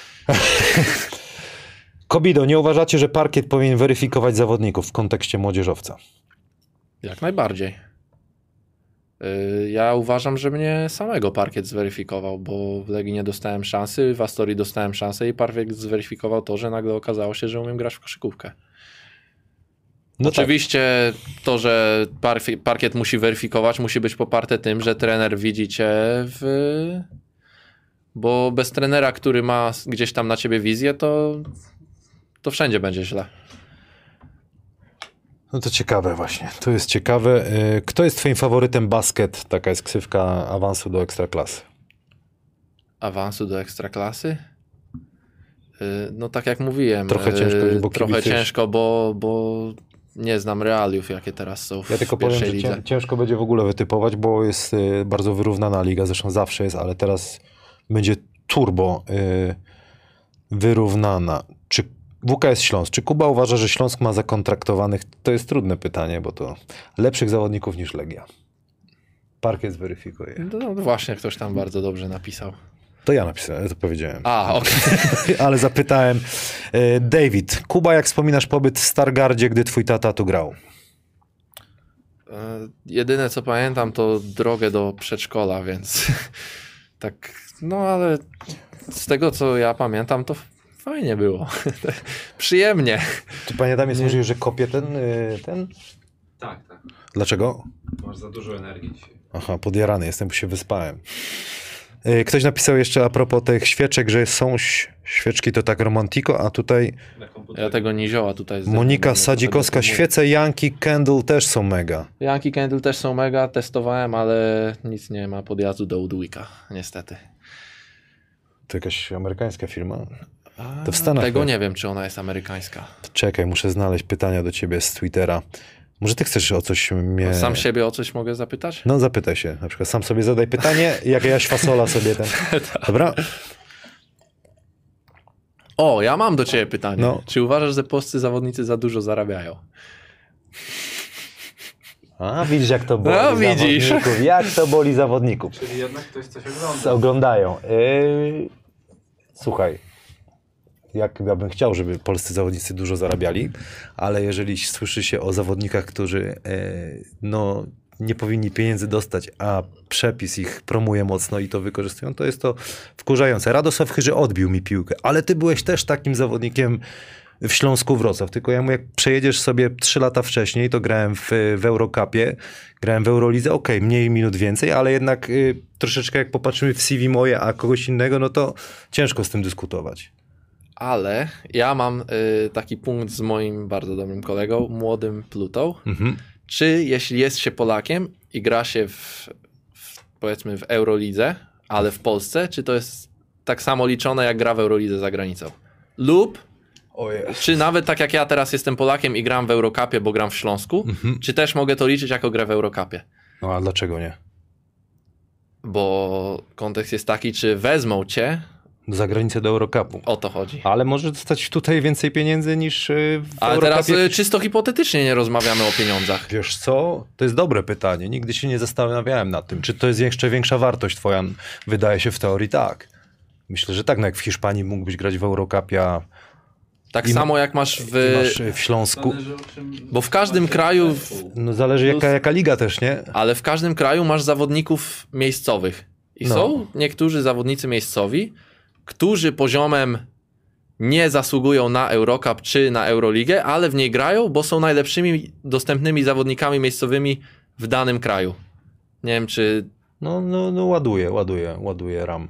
Kobido, nie uważacie, że parkiet powinien weryfikować zawodników w kontekście młodzieżowca? Jak najbardziej. Yy, Ja uważam, że mnie samego parkiet zweryfikował, bo w Legii nie dostałem szansy, w Astorii dostałem szansę i parkiet zweryfikował to, że nagle okazało się, że umiem grać w koszykówkę. No Oczywiście to, że parfi- parkiet musi weryfikować, musi być poparte tym, że trener widzi cię w... Bo bez trenera, który ma gdzieś tam na ciebie wizję, to, to wszędzie będzie źle. No to ciekawe właśnie, to jest ciekawe. Y, Kto jest twoim faworytem basket? Taka jest ksywka awansu do ekstraklasy. Awansu do ekstraklasy? Yy, No tak jak mówiłem, Trochę ciężko, yy, bo trochę kibicujesz. ciężko, bo, bo nie znam realiów, jakie teraz są w Ja tylko powiem, pierwszej że lidze. cię, ciężko będzie w ogóle wytypować, bo jest y, bardzo wyrównana liga, zresztą zawsze jest, ale teraz będzie turbo y, wyrównana. Czy W K S Śląsk, czy Kuba uważa, że Śląsk ma zakontraktowanych, to jest trudne pytanie, bo to lepszych zawodników niż Legia. Parkiet zweryfikuje. No właśnie, ktoś tam bardzo dobrze napisał. To ja napisałem, to powiedziałem. A, okej. Ale zapytałem. Y, David, Kuba, jak wspominasz pobyt w Stargardzie, gdy twój tata tu grał? E, Jedyne co pamiętam to drogę do przedszkola, więc tak, no ale z tego co ja pamiętam to fajnie było. Przyjemnie. Tu pamiętam, jest możliwe, że kopie ten, y, ten? Tak, tak. Dlaczego? Masz za dużo energii dzisiaj. Aha, podjarany jestem, bo się wyspałem. Y, Ktoś napisał jeszcze a propos tych świeczek, że są ś- świeczki to tak romantiko, a tutaj Na komputerze. Ja tego nizioła tutaj zdejmę, Monika będę Sadzikowska, tego świece Yankee Candle też są mega. Yankee Candle też są mega, testowałem, ale nic nie ma podjazdu do Woodwicka, niestety. To jakaś amerykańska firma. To w Stanach. Tego nie wiem, czy ona jest amerykańska. Czekaj, muszę znaleźć pytania do ciebie z Twittera. Może ty chcesz o coś mnie... Sam siebie o coś mogę zapytać? No zapytaj się. Na przykład sam sobie zadaj pytanie, jak ja fasola sobie ten... Dobra? O, ja mam do ciebie pytanie. No. Czy uważasz, że polscy zawodnicy za dużo zarabiają? A, widzisz jak to boli No, widzisz. zawodników. Jak to boli zawodników. Czyli jednak ktoś coś ogląda. Oglądają. Yy... Słuchaj, jak ja bym chciał, żeby polscy zawodnicy dużo zarabiali, ale jeżeli słyszy się o zawodnikach, którzy yy, no, nie powinni pieniędzy dostać, a przepis ich promuje mocno i to wykorzystują, to jest to wkurzające. Radosław Chyży odbił mi piłkę, ale ty byłeś też takim zawodnikiem w Śląsku Wrocław, tylko ja mu jak przejedziesz sobie trzy lata wcześniej, to grałem w, w Eurocupie, grałem w Eurolidze, okej, okay, mniej minut więcej, ale jednak y, troszeczkę jak popatrzymy w C V moje, a kogoś innego, no to ciężko z tym dyskutować. Ale ja mam y, taki punkt z moim bardzo dobrym kolegą, młodym Plutą. Mhm. Czy jeśli jest się Polakiem i gra się w, w, powiedzmy w Eurolidze, ale w Polsce, czy to jest tak samo liczone jak gra w Eurolidze za granicą? Lub czy nawet tak jak ja teraz jestem Polakiem i gram w Eurocupie, bo gram w Śląsku, mhm. czy też mogę to liczyć jako grę w Eurocupie? No a dlaczego nie? Bo kontekst jest taki, czy wezmą cię za granicę do Eurocupu. O to chodzi. Ale może dostać tutaj więcej pieniędzy niż w Ale Eurocupie. teraz czysto hipotetycznie nie rozmawiamy o pieniądzach. Wiesz co? To jest dobre pytanie. Nigdy się nie zastanawiałem nad tym. Czy to jest jeszcze większa wartość twoja? Wydaje się w teorii tak. Myślę, że tak. No jak w Hiszpanii mógłbyś grać w Eurocupie, a tak I samo jak masz w... masz w Śląsku. Bo w każdym kraju... No zależy jaka, jaka liga też, nie? Ale w każdym kraju masz zawodników miejscowych. I no. są niektórzy zawodnicy miejscowi, którzy poziomem nie zasługują na Eurocup czy na Euroligę, ale w niej grają, bo są najlepszymi dostępnymi zawodnikami miejscowymi w danym kraju. Nie wiem, czy... No, no, no ładuję, ładuję, ładuję RAM.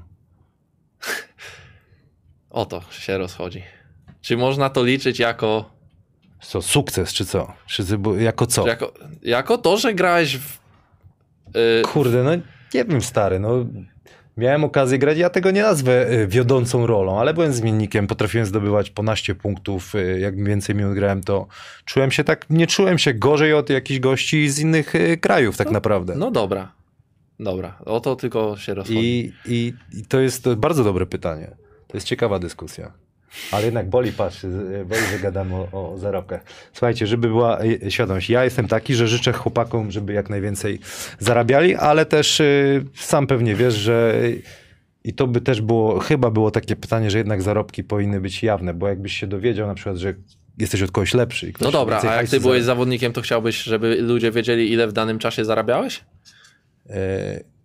O to się rozchodzi. Czy można to liczyć jako... Co, sukces, czy co? Czy, jako co? Jako, jako to, że grałeś w... Yy... Kurde, no nie wiem, stary, no... Miałem okazję grać, ja tego nie nazwę wiodącą rolą, ale byłem zmiennikiem, potrafiłem zdobywać ponaście punktów, jak więcej minut grałem, to czułem się tak, nie czułem się gorzej od jakichś gości z innych krajów tak no, naprawdę. No dobra, dobra, o to tylko się rozchodzi. I, i, i to jest to bardzo dobre pytanie, to jest ciekawa dyskusja. Ale jednak boli, patrz, boli, że gadamy o, o zarobkach. Słuchajcie, żeby była świadomość, ja jestem taki, że życzę chłopakom, żeby jak najwięcej zarabiali, ale też y, sam pewnie wiesz, że i to by też było, chyba było takie pytanie, że jednak zarobki powinny być jawne, bo jakbyś się dowiedział na przykład, że jesteś od kogoś lepszy. I ktoś no dobra, a jak ty byłeś zarabia... zawodnikiem, to chciałbyś, żeby ludzie wiedzieli, ile w danym czasie zarabiałeś? Y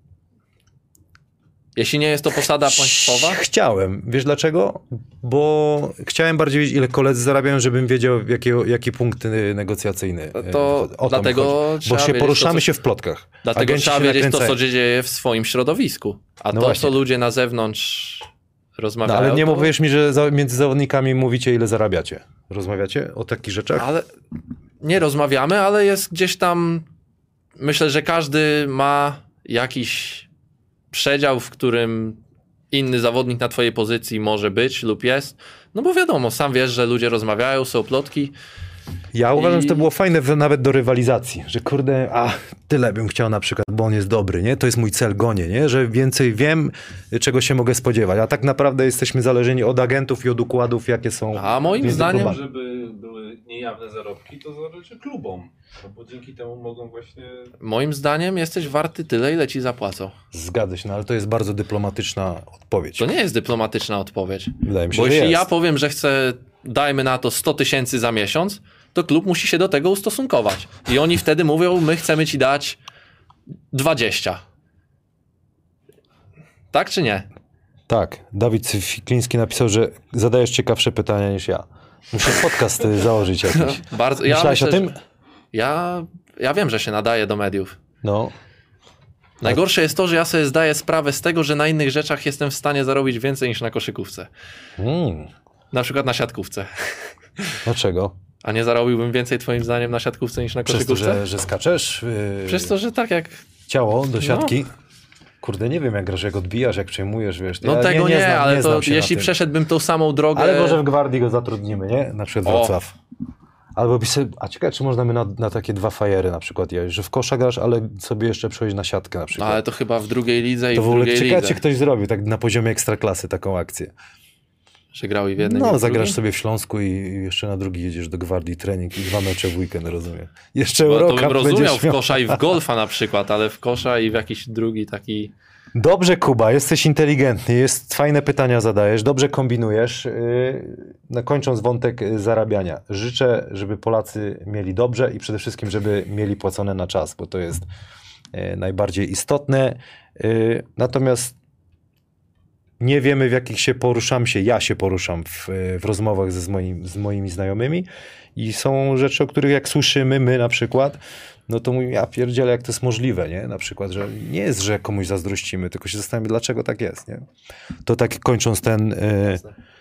Jeśli nie jest to posada państwowa? Chciałem. Wiesz dlaczego? Bo chciałem bardziej wiedzieć, ile koledzy zarabiają, żebym wiedział, jaki, jaki punkt negocjacyjny. To o dlatego Bo się poruszamy to, co, się w plotkach. Dlatego Agenci trzeba wiedzieć nakręcają. To, co się dzieje w swoim środowisku. A no to, właśnie. Co ludzie na zewnątrz rozmawiają... No, ale nie to... mówisz mi, że za, między zawodnikami mówicie, ile zarabiacie. Rozmawiacie o takich rzeczach? Ale nie rozmawiamy, ale jest gdzieś tam... Myślę, że każdy ma jakiś... przedział, w którym inny zawodnik na twojej pozycji może być lub jest. No bo wiadomo, sam wiesz, że ludzie rozmawiają, są plotki. Ja uważam, I... że to było fajne nawet do rywalizacji, że kurde, a tyle bym chciał na przykład, bo on jest dobry, nie? To jest mój cel, gonię, nie? Że więcej wiem, czego się mogę spodziewać, a tak naprawdę jesteśmy zależni od agentów i od układów, jakie są. A moim zdaniem, klubami. Żeby były niejawne zarobki, to zależy klubom, no bo dzięki temu mogą właśnie... Moim zdaniem jesteś warty tyle, ile ci zapłacą. Zgadza się, no ale to jest bardzo dyplomatyczna odpowiedź. To nie jest dyplomatyczna odpowiedź. Wydaje mi się, bo że jeśli jest. ja powiem, że chcę, dajmy na to sto tysięcy za miesiąc, to klub musi się do tego ustosunkować. I oni wtedy mówią, my chcemy ci dać dwadzieścia. Tak czy nie? Tak. Dawid Fikliński napisał, że zadajesz ciekawsze pytania niż ja. Muszę podcast założyć jakiś. Bardzo, Myślałeś ja myślę, o tym? Ja, ja wiem, że się nadaje do mediów. No. Najgorsze jest to, że ja sobie zdaję sprawę z tego, że na innych rzeczach jestem w stanie zarobić więcej niż na koszykówce. Mm. Na przykład na siatkówce. Dlaczego? A nie zarobiłbym więcej twoim zdaniem na siatkówce niż na koszykówce? Przez to, że, że skaczesz? Yy... Przez to, że tak jak... Ciało do siatki? No. Kurde, nie wiem jak grasz, jak odbijasz, jak przejmujesz, wiesz. No ja tego nie, nie, nie znam, ale nie to znam jeśli przeszedłbym tą samą drogę... Ale może w Gwardii go zatrudnimy, nie? Na przykład O. Wrocław. Albo by sobie... A ciekawe, czy można by na, na takie dwa fajery na przykład jeść, że w kosza grasz, ale sobie jeszcze przechodzić na siatkę na przykład. No, ale to chyba w drugiej lidze i to w w ogóle drugiej ciekawe, lidze. czy ktoś zrobił tak na poziomie ekstraklasy taką akcję. Że grał i w jednym i No, w zagrasz drugim? sobie w Śląsku i i jeszcze na drugi jedziesz do Gwardii trening i dwa mecze w weekend, rozumiem. Jeszcze Bo to Eurocup bym rozumiał będziesz w miał. kosza i w golfa na przykład, ale w kosza i w jakiś drugi taki... Dobrze, Kuba, jesteś inteligentny, jest, fajne pytania zadajesz, dobrze kombinujesz. Yy, kończąc wątek yy, zarabiania. Życzę, żeby Polacy mieli dobrze i przede wszystkim, żeby mieli płacone na czas, bo to jest yy, najbardziej istotne. Yy, natomiast nie wiemy, w jakich się poruszam się, ja się poruszam w, w rozmowach ze, z, moim, z moimi znajomymi i są rzeczy, o których jak słyszymy, my na przykład, no to mówię, ja pierdzielę, jak to jest możliwe, nie? Na przykład, że nie jest, że komuś zazdrościmy, tylko się zastanawiamy, dlaczego tak jest, nie? To tak kończąc ten y,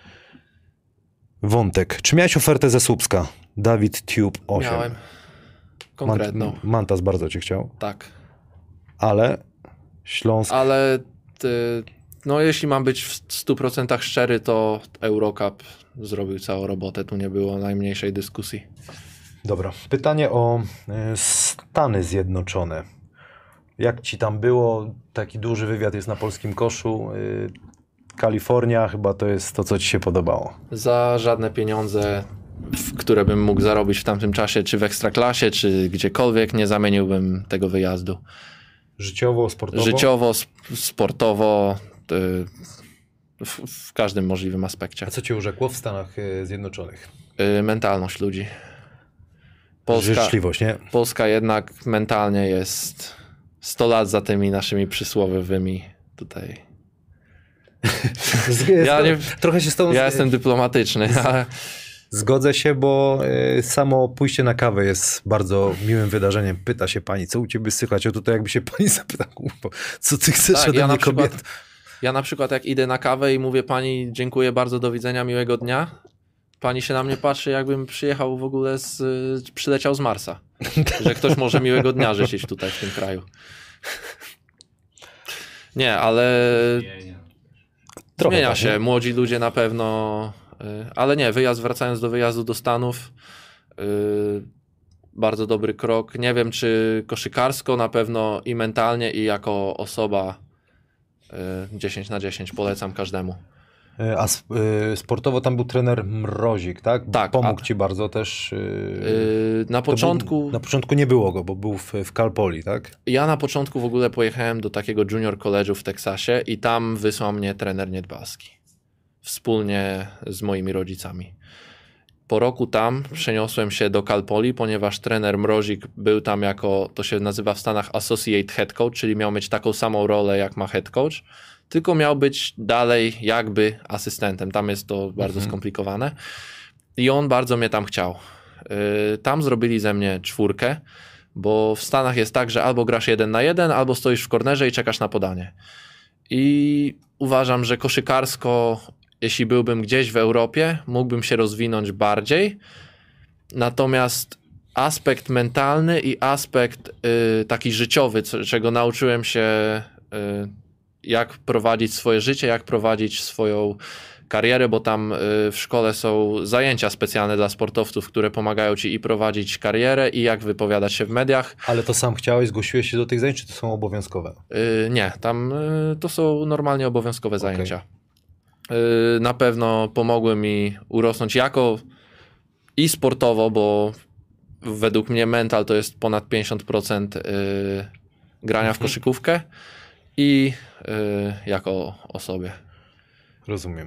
wątek. Czy miałeś ofertę ze Słupska? Dawid Tube osiem. Miałem. Konkretną. Mant- Mantas bardzo cię chciał, Tak. ale Śląsk... Ale ty, no jeśli mam być w stu procentach szczery, to Eurocup zrobił całą robotę. Tu nie było najmniejszej dyskusji. Dobra. Pytanie o y, Stany Zjednoczone. Jak ci tam było? Taki duży wywiad jest na Polskim Koszu. Y, Kalifornia chyba to jest to, co ci się podobało. Za żadne pieniądze, w które bym mógł zarobić w tamtym czasie, czy w Ekstraklasie, czy gdziekolwiek, nie zamieniłbym tego wyjazdu. Życiowo, sportowo? Życiowo, sp- sportowo, y, w, w każdym możliwym aspekcie. A co cię urzekło w Stanach y, Zjednoczonych? Y, mentalność ludzi. Polska, Życzliwość, nie? Polska jednak mentalnie jest sto lat za tymi naszymi przysłowiowymi tutaj. Z, Ja nie- trochę się z tobą... Ja jestem dyplomatyczny, ale Zgodzę się, bo y, samo pójście na kawę jest bardzo miłym wydarzeniem. Pyta się pani, co u ciebie słychać? O tutaj jakby się pani zapyta, kurwa, co ty chcesz tak, ode ja mnie, na przykład, kobieta? ja na przykład jak idę na kawę i mówię pani dziękuję bardzo, do widzenia, miłego dnia, pani się na mnie patrzy, jakbym przyjechał w ogóle z, y, przyleciał z Marsa. Że ktoś może miłego dnia życzyć tutaj w tym kraju. Nie, ale Nie, nie. Trochę zmienia tak, się. nie? Młodzi ludzie na pewno, y, ale nie, wyjazd, wracając do wyjazdu do Stanów, y, bardzo dobry krok. Nie wiem, czy koszykarsko, na pewno i mentalnie, i jako osoba y, dziesięć na dziesięć polecam każdemu. Y, A sp- y, sportowo tam był trener Mrozik, tak? Tak, Pomógł a- ci bardzo też. y, Y, na to był- początku, Na początku nie było go, bo był w, w Cal Poly, tak? ja na początku w ogóle pojechałem do takiego junior college'u w Teksasie i tam wysłał mnie trener Niedbalski. Wspólnie z moimi rodzicami. Po roku tam przeniosłem się do Cal Poly, ponieważ trener Mrozik był tam jako, to się nazywa w Stanach associate head coach, czyli miał mieć taką samą rolę jak ma head coach, tylko miał być dalej jakby asystentem. Tam jest to bardzo Mhm. skomplikowane. I on bardzo mnie tam chciał. Yy, tam zrobili ze mnie czwórkę, bo w Stanach jest tak, że albo grasz jeden na jeden, albo stoisz w kornerze i czekasz na podanie. I uważam, że koszykarsko, jeśli byłbym gdzieś w Europie, mógłbym się rozwinąć bardziej. Natomiast aspekt mentalny i aspekt y, taki życiowy, co, czego nauczyłem się, y, jak prowadzić swoje życie, jak prowadzić swoją karierę, bo tam y, w szkole są zajęcia specjalne dla sportowców, które pomagają ci i prowadzić karierę, i jak wypowiadać się w mediach. Ale to sam chciałeś, zgłosiłeś się do tych zajęć, czy to są obowiązkowe? Y, nie, tam y, to są normalnie obowiązkowe zajęcia. Y, na pewno pomogły mi urosnąć jako i sportowo, bo według mnie mental to jest ponad pięćdziesiąt procent y, grania w koszykówkę, i y, jako osobie. Rozumiem.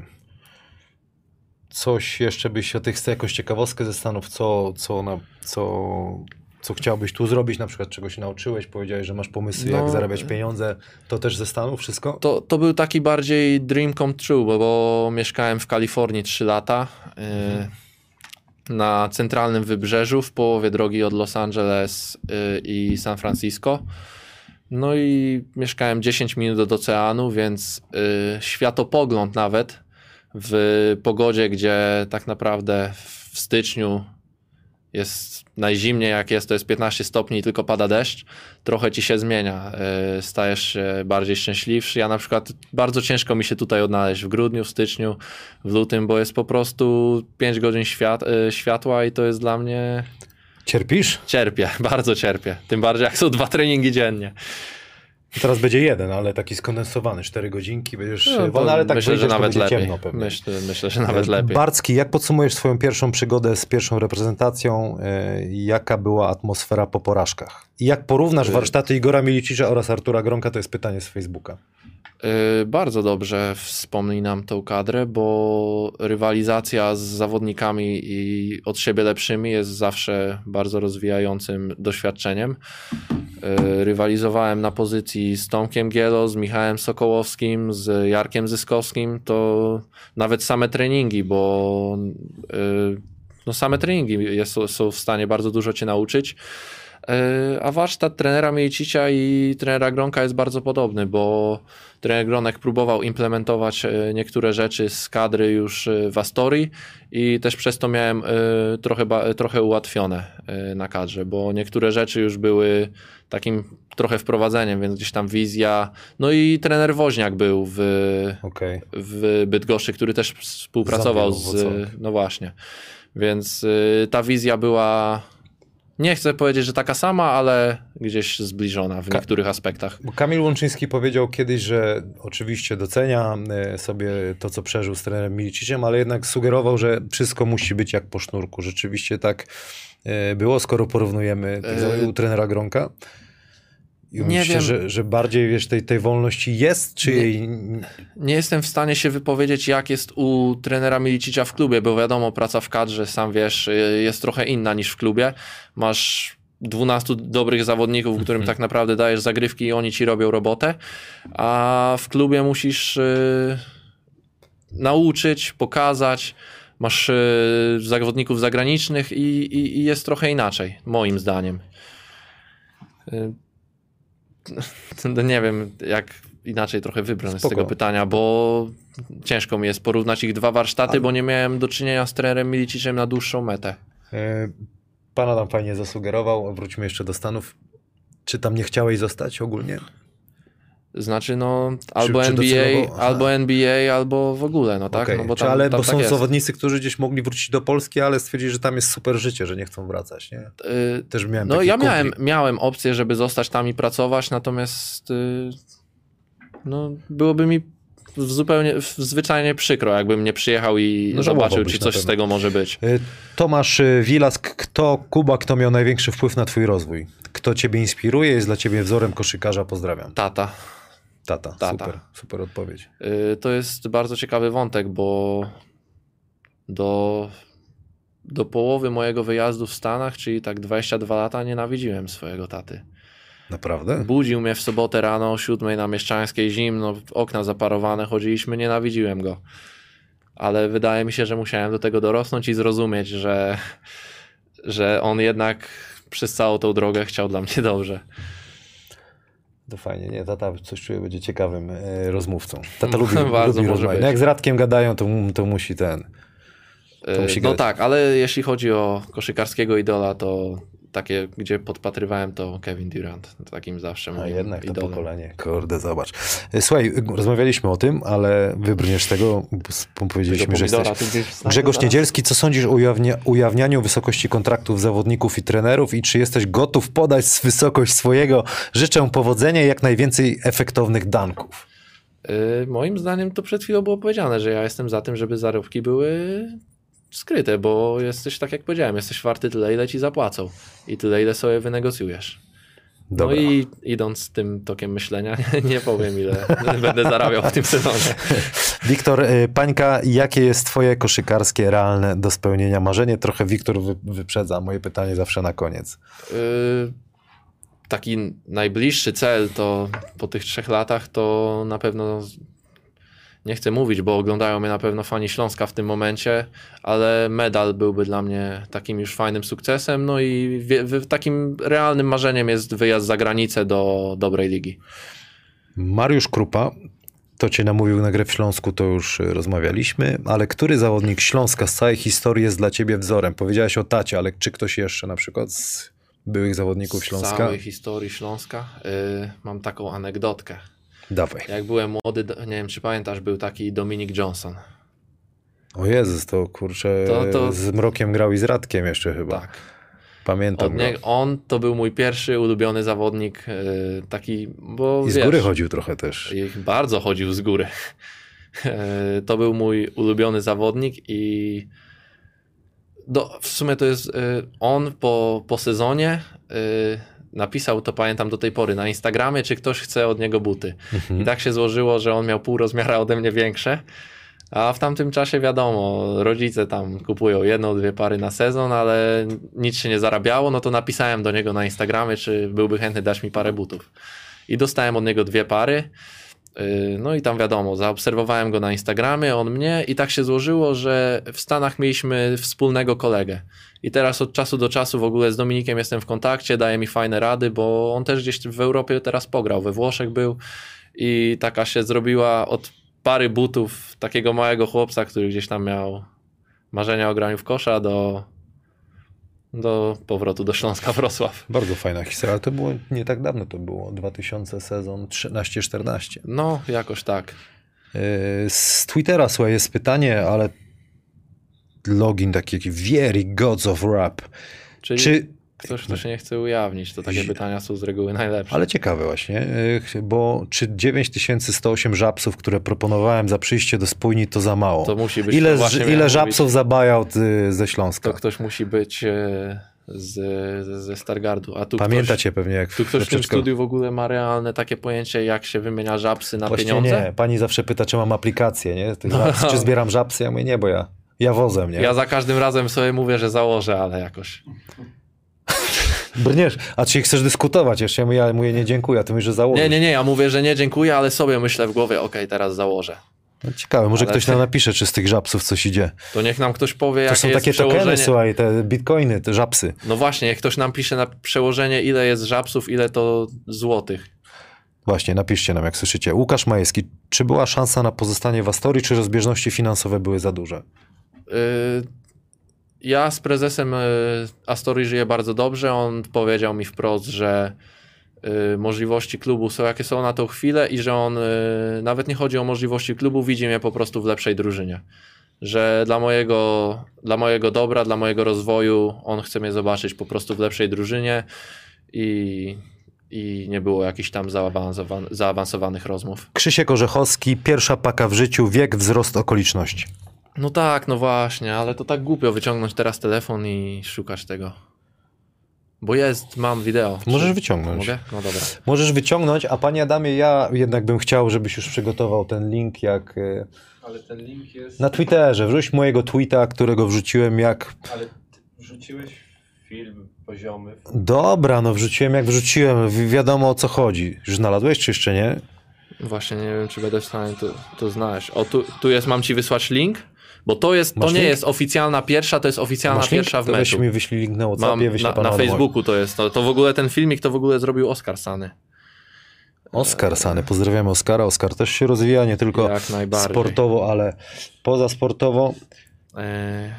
Coś jeszcze byś o tych, jakąś ciekawostkę ze Stanów, co, co, na, co, co chciałbyś tu zrobić, na przykład czego się nauczyłeś, powiedziałeś, że masz pomysły, No, jak zarabiać pieniądze, to też ze Stanów wszystko? To, to był taki bardziej dream come true, bo, bo mieszkałem w Kalifornii trzy lata, y, na centralnym wybrzeżu, w połowie drogi od Los Angeles y, i San Francisco. No i mieszkałem dziesięć minut od oceanu, więc y, światopogląd nawet w pogodzie, gdzie tak naprawdę w styczniu jest najzimniej jak jest, to jest piętnaście stopni i tylko pada deszcz, trochę ci się zmienia. Stajesz się bardziej szczęśliwszy. Ja na przykład bardzo ciężko mi się tutaj odnaleźć w grudniu, w styczniu, w lutym, bo jest po prostu pięć godzin świat światła i to jest dla mnie... Cierpisz? Cierpię, bardzo cierpię. Tym bardziej jak są dwa treningi dziennie. Teraz będzie jeden, ale taki skondensowany, cztery godzinki, będziesz no, wolny, ale tak myślę, że nawet lepiej. Ciemno pewnie. Myślę, myślę, że nawet lepiej. Barcki, jak podsumujesz swoją pierwszą przygodę z pierwszą reprezentacją? Yy, jaka była atmosfera po porażkach? I jak porównasz warsztaty Igora Milicicza oraz Artura Gronka? To jest pytanie z Facebooka. Yy, bardzo dobrze wspominam tą kadrę, bo rywalizacja z zawodnikami i od siebie lepszymi jest zawsze bardzo rozwijającym doświadczeniem. Yy, rywalizowałem na pozycji z Tomkiem Gielo, z Michałem Sokołowskim, z Jarkiem Zyskowskim, to nawet same treningi, bo yy, no same treningi jest, są w stanie bardzo dużo cię nauczyć. A warsztat trenera Milicicza i trenera Gronka jest bardzo podobny, bo trener Gronek próbował implementować niektóre rzeczy z kadry już w Astorii i też przez to miałem trochę, trochę ułatwione na kadrze, bo niektóre rzeczy już były takim trochę wprowadzeniem, więc gdzieś tam wizja. No i trener Woźniak był w, okay. w Bydgoszczy, który też współpracował z... No właśnie. Więc ta wizja była... Nie chcę powiedzieć, że taka sama, ale gdzieś zbliżona w niektórych aspektach. Kamil Łączyński powiedział kiedyś, że oczywiście docenia sobie to, co przeżył z trenerem Miliciciem, ale jednak sugerował, że wszystko musi być jak po sznurku. Rzeczywiście tak było, skoro porównujemy u trenera Gronka? I nie myślę, wiem, że, że bardziej wiesz, tej, tej wolności jest, czy nie, jej... Nie jestem w stanie się wypowiedzieć, jak jest u trenera Milicicza w klubie, bo wiadomo, praca w kadrze, sam wiesz, jest trochę inna niż w klubie. Masz dwunastu dobrych zawodników, którym tak naprawdę dajesz zagrywki i oni ci robią robotę, a w klubie musisz yy, nauczyć, pokazać, masz yy, zawodników zagranicznych i, i, i jest trochę inaczej, moim zdaniem. Yy. Nie wiem, jak inaczej trochę wybrnąć z tego pytania, bo ciężko mi jest porównać ich dwa warsztaty, Ale... bo nie miałem do czynienia z trenerem Miliciczem na dłuższą metę. Pan Adam fajnie zasugerował, wróćmy jeszcze do Stanów. Czy tam nie chciałeś zostać ogólnie? Znaczy no albo czy, N B A, czy albo N B A, albo w ogóle, no tak? Okay. No, bo czy, tam, ale tam bo tak są jest. zawodnicy, którzy gdzieś mogli wrócić do Polski, ale stwierdzili, że tam jest super życie, że nie chcą wracać, nie? Yy, Też miałem no ja miałem, miałem opcję, żeby zostać tam i pracować, natomiast yy, no byłoby mi zupełnie, zwyczajnie przykro, jakbym nie przyjechał i no, zobaczył, czy coś z tego może być. Tomasz Wilas, kto, Kuba, kto miał największy wpływ na twój rozwój? Kto ciebie inspiruje, jest dla ciebie wzorem koszykarza? Pozdrawiam. Tata. Tata, Tata. Super, super odpowiedź. Yy, to jest bardzo ciekawy wątek, bo do, do połowy mojego wyjazdu w Stanach, czyli tak dwadzieścia dwa lata, nienawidziłem swojego taty. Naprawdę? Budził mnie w sobotę rano o siódmej na Mieszczańskiej, zimno, okna zaparowane, chodziliśmy, nienawidziłem go. Ale wydaje mi się, że musiałem do tego dorosnąć i zrozumieć, że, że on jednak przez całą tą drogę chciał dla mnie dobrze. To fajnie, nie? Tata, coś czuję, będzie ciekawym e, rozmówcą. Tata lubi, Bardzo lubi może rozmawiać. być. No jak z Radkiem gadają, to, to musi ten... To musi no grać. tak, ale jeśli chodzi o koszykarskiego idola, to takie, gdzie podpatrywałem, to Kevin Durant. Takim zawsze moim A jednak to idolem. pokolenie. Kurde, zobacz. Słuchaj, rozmawialiśmy o tym, ale wybrniesz z tego, bo powiedzieliśmy, że jesteś... Grzegorz Niedzielski, co sądzisz o ujawnia, ujawnianiu wysokości kontraktów zawodników i trenerów i czy jesteś gotów podać wysokość swojego? Życzę powodzenia i jak najwięcej efektownych danków. Yy, moim zdaniem to przed chwilą było powiedziane, że ja jestem za tym, żeby zarobki były skryte, bo jesteś, tak jak powiedziałem, jesteś warty tyle, ile ci zapłacą i tyle, ile sobie wynegocjujesz. Dobra. No i idąc tym tokiem myślenia, nie powiem, ile będę zarabiał w tym sezonie. Wiktor Pańka, jakie jest twoje koszykarskie, realne do spełnienia marzenie? Trochę Wiktor wy, wyprzedza moje pytanie zawsze na koniec. Yy, taki najbliższy cel to po tych trzech latach to na pewno... Nie chcę mówić, bo oglądają mnie na pewno fani Śląska w tym momencie, ale medal byłby dla mnie takim już fajnym sukcesem. No i w, w takim realnym marzeniem jest wyjazd za granicę do dobrej ligi. Mariusz Krupa. To cię namówił na grę w Śląsku, to już rozmawialiśmy, ale który zawodnik Śląska z całej historii jest dla ciebie wzorem? Powiedziałeś o tacie, ale czy ktoś jeszcze na przykład z byłych zawodników Śląska? Z całej historii Śląska yy, mam taką anegdotkę. Dawaj. Jak byłem młody, nie wiem czy pamiętasz, był taki Dominik Johnson. O Jezus, to kurczę, to, to... z Mrokiem grał i z Radkiem jeszcze chyba. Tak. Pamiętam Od niego, on to był mój pierwszy ulubiony zawodnik, yy, taki, bo I z wiesz, góry chodził trochę też. I bardzo chodził z góry. Yy, to był mój ulubiony zawodnik i do, w sumie to jest yy, on po, po sezonie yy, napisał, to pamiętam do tej pory, na Instagramie, czy ktoś chce od niego buty. Mhm. I tak się złożyło, że on miał pół rozmiara ode mnie większe. A w tamtym czasie wiadomo, rodzice tam kupują jedną, dwie pary na sezon, ale nic się nie zarabiało, no to napisałem do niego na Instagramie, czy byłby chętny dać mi parę butów. I dostałem od niego dwie pary, no i tam wiadomo, zaobserwowałem go na Instagramie, on mnie i tak się złożyło, że w Stanach mieliśmy wspólnego kolegę. I teraz od czasu do czasu w ogóle z Dominikiem jestem w kontakcie, daje mi fajne rady, bo on też gdzieś w Europie teraz pograł, we Włoszech był i taka się zrobiła od pary butów takiego małego chłopca, który gdzieś tam miał marzenia o graniu w kosza do, do powrotu do Śląska Wrocław. Bardzo fajna historia, ale to było nie tak dawno, to było dwa tysiące sezon trzynaście czternaście. No, jakoś tak. Z Twittera, słuchaj, jest pytanie, ale login taki, Very Gods of Rap. Czyli... Czy Ktoś, kto się nie chce ujawnić, to takie pytania są z reguły najlepsze. Ale ciekawe właśnie, bo czy dziewięć tysięcy sto osiem żabsów, które proponowałem za przyjście do spójni, to za mało? To musi być... Ile, ile żabsów zabajał ty ze Śląska? To ktoś musi być z, ze Stargardu. A tu Pamiętacie ktoś, pewnie jak... Tu ktoś w tym studiu w ogóle ma realne takie pojęcie, jak się wymienia żabsy na Właśnie pieniądze? nie, pani zawsze pyta, czy mam aplikację, nie? Tych żabs, czy zbieram żabsy? Ja mówię, nie, bo ja, ja wozem, nie? Ja za każdym razem sobie mówię, że założę, ale jakoś... Brniesz, a czy chcesz dyskutować jeszcze? Ja mówię, ja mówię nie dziękuję, a ty mówisz, że założysz. Nie, nie, nie, ja mówię, że nie dziękuję, ale sobie myślę w głowie, okej, okay, teraz założę. No ciekawe, może ale ktoś ty... nam napisze, czy z tych żabsów coś idzie. To niech nam ktoś powie, to jakie są jest takie przełożenie... tokeny, słuchaj, te bitcoiny, te żabsy. No właśnie, jak ktoś nam pisze na przełożenie, ile jest żabsów, ile to złotych. Właśnie, napiszcie nam, jak słyszycie. Łukasz Majewski, czy była szansa na pozostanie w Astorii, czy rozbieżności finansowe były za duże? Yy... Ja z prezesem Astorii żyję bardzo dobrze. On powiedział mi wprost, że y, możliwości klubu są jakie są na tą chwilę i że on, y, nawet nie chodzi o możliwości klubu, widzi mnie po prostu w lepszej drużynie. Że dla mojego, dla mojego dobra, dla mojego rozwoju on chce mnie zobaczyć po prostu w lepszej drużynie i, i nie było jakichś tam zaawansowan- zaawansowanych rozmów. Krzysiek Orzechowski, pierwsza paka w życiu, wiek, wzrost, okoliczności. No tak, no właśnie, ale to tak głupio wyciągnąć teraz telefon i szukać tego. Bo jest, mam wideo. Możesz Czy... wyciągnąć. Mogę? No dobra. Możesz wyciągnąć, a panie Adamie, ja jednak bym chciał, żebyś już przygotował ten link, jak... Ale ten link jest... Na Twitterze, wrzuć mojego tweeta, którego wrzuciłem jak... Ale ty wrzuciłeś film poziomy. Dobra, no wrzuciłem jak wrzuciłem, Wi- wiadomo o co chodzi. Już znalazłeś, czy jeszcze nie? Właśnie nie wiem, czy będę w stanie to, to znaleźć. O, tu, tu jest, mam ci wysłać link? Bo to jest, to Masz nie link? jest oficjalna pierwsza, to jest oficjalna Masz link? pierwsza w To weź meczu. mi wyślij link na Mam WhatsAppie, wyślę na, pana na Adamowi. Facebooku to jest. To, to w ogóle ten filmik to w ogóle zrobił Oskar Sany. Oskar Sany, pozdrawiamy Oskara. Oskar też się rozwija, nie tylko Jak najbardziej. sportowo, ale poza sportowo. Eee,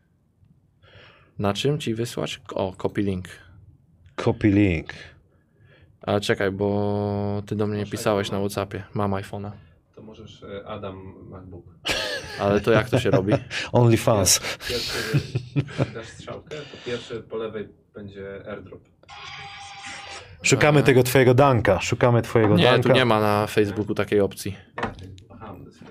na czym ci wysłać? O, copy link. Copy link. Ale czekaj, bo ty do mnie nie pisałeś na WhatsAppie. Mam iPhone'a. To możesz e, Adam MacBook. Ale to jak to się robi? OnlyFans. Pierwszy, dasz strzałkę, to pierwszy po lewej będzie airdrop. Szukamy tego twojego danka. Szukamy twojego Nie, danka. tu nie ma na Facebooku takiej opcji. Aha, to jest...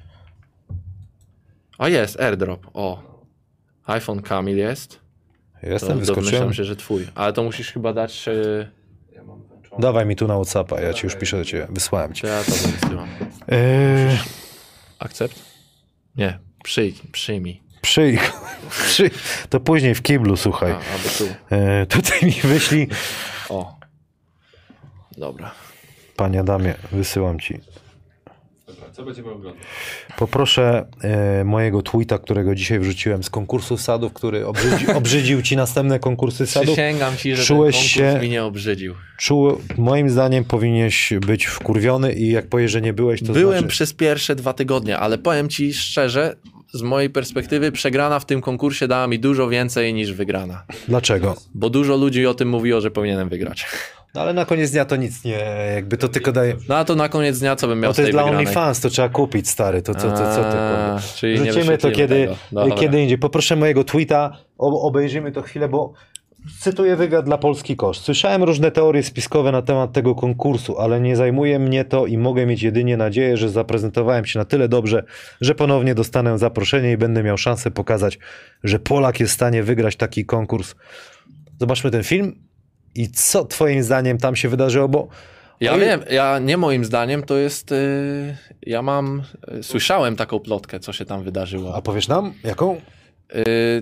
A jest, airdrop. O. iPhone Kamil jest. Jestem, To wyskoczyłem. domyślam się, że twój. Ale to musisz chyba dać... Yy... Ja mam włączone. Dawaj mi tu na WhatsAppa, ja ci już piszę do ciebie. Wysłałem ci. To ja to wysyłam. Eee, Akcept? Nie, przyj, przyjmij. przyj, przyj. To później w kiblu, słuchaj. A, albo tu. Eee, tutaj mi wyślij. O. Dobra. Panie Adamie, wysyłam ci. Dobra, Co będziemy oglądać? Poproszę e, mojego tweeta, którego dzisiaj wrzuciłem z konkursu sadów, który obrzydzi, obrzydził ci następne konkursy sadów. Przysięgam ci, że Czułeś ten konkurs się, mi nie obrzydził. Czu, moim zdaniem powinieneś być wkurwiony i jak powiesz, że nie byłeś, to Byłem znaczy... przez pierwsze dwa tygodnie, ale powiem ci szczerze, z mojej perspektywy przegrana w tym konkursie dała mi dużo więcej niż wygrana. Dlaczego? Bo dużo ludzi o tym mówiło, że powinienem wygrać. No ale na koniec dnia to nic nie, jakby to tylko daje... No a to na koniec dnia co bym miał No z to tej jest dla wygranej? OnlyFans, to trzeba kupić, stary, to co, to, co ty A, powiesz? czyli nie Wrzucimy to wyświetlimy kiedy, tego. Dobra. kiedy indziej. Poproszę mojego tweeta, o, obejrzymy to chwilę, bo cytuję wywiad dla Polski Kosz. Słyszałem różne teorie spiskowe na temat tego konkursu, ale nie zajmuje mnie to i mogę mieć jedynie nadzieję, że zaprezentowałem się na tyle dobrze, że ponownie dostanę zaproszenie i będę miał szansę pokazać, że Polak jest w stanie wygrać taki konkurs. Zobaczmy ten film i co twoim zdaniem tam się wydarzyło, bo Ja Oj. wiem, ja nie moim zdaniem to jest, yy, ja mam, yy, słyszałem taką plotkę, co się tam wydarzyło. A powiesz nam, jaką? Yy,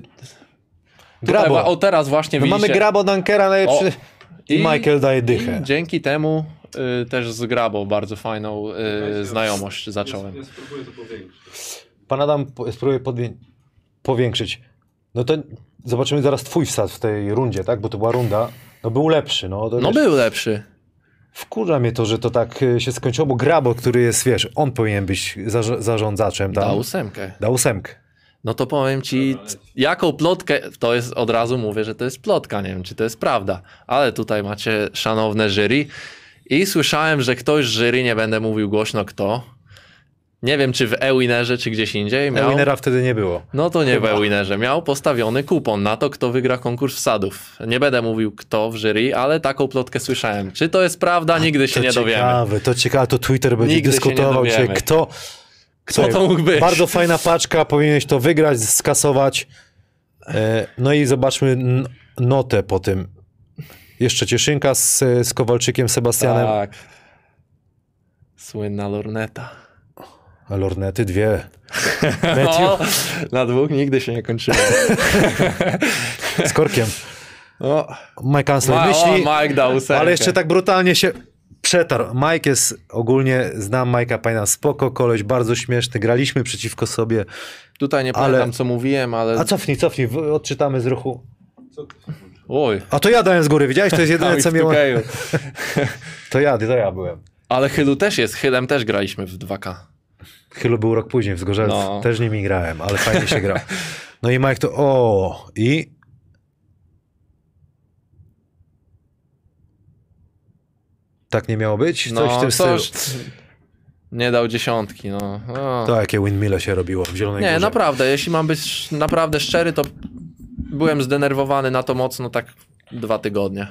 Grabo. Tutaj, o teraz właśnie No widzicie. mamy Grabo Dankera najlepszy O, i, i Michael daje dychę. I dzięki temu yy, też z Grabo bardzo fajną yy, znajomość zacząłem. Ja, ja spróbuję to powiększyć. Pan Adam po- spróbuje podwię- powiększyć. No to zobaczymy zaraz twój wsad w tej rundzie, tak? Bo to była runda. No był lepszy. No, to No wiesz, był lepszy. Wkurza mnie to, że to tak y, się skończyło, bo Grabo, który jest, wiesz, on powinien być zarz- zarządzaczem tam. Dał ósemkę. Dał ósemkę. No to powiem ci, c- jaką plotkę, to jest, od razu mówię, że to jest plotka, nie wiem, czy to jest prawda, ale tutaj macie szanowne jury i słyszałem, że ktoś z jury, nie będę mówił głośno kto, nie wiem, czy w e-winnerze, czy gdzieś indziej, miał, Winnera wtedy nie było. no to nie w e-winnerze, miał postawiony kupon na to, kto wygra konkurs wsadów. Nie będę mówił kto w jury, ale taką plotkę słyszałem. Czy to jest prawda, nigdy się to nie dowiemy. ciekawe, to ciekawe, to Twitter będzie Nigdy się nie dyskutował dzisiaj, dowiemy. kto... Co to mógł być? Bardzo fajna paczka, powinieneś to wygrać, skasować. E, no i zobaczmy n- notę po tym. Jeszcze Cieszynka z, z Kowalczykiem, Sebastianem. Tak. Słynna lorneta. A lornety dwie. O, Matthew na dwóch nigdy się nie kończyło. z korkiem. O, Mike Ansley Ma, myśli, o, Mike dał ósemkę. ale jeszcze tak brutalnie się przetarł. Mike jest, ogólnie znam Majka Pajna, spoko, koleś, bardzo śmieszny. Graliśmy przeciwko sobie. Tutaj nie ale- pamiętam, co mówiłem, ale... A cofnij, cofnij, w- odczytamy z ruchu. Co ty? Oj. A to ja dałem z góry, widziałeś? To jest jedyne, Tam i co w mnie... tukeju. To ja, to ja byłem. Ale Chylu też jest. Chylem też graliśmy w dwa K. Chylu był rok później w Zgorzelcu. No. Też nimi grałem, ale fajnie się gra. No i Mike to... O! I... Tak nie miało być? Coś No, w tym stylu. coś... Nie dał dziesiątki, no. O. To jakie windmille się robiło w Zielonej Nie, Górze. naprawdę, jeśli mam być naprawdę szczery, to byłem zdenerwowany na to mocno tak dwa tygodnie.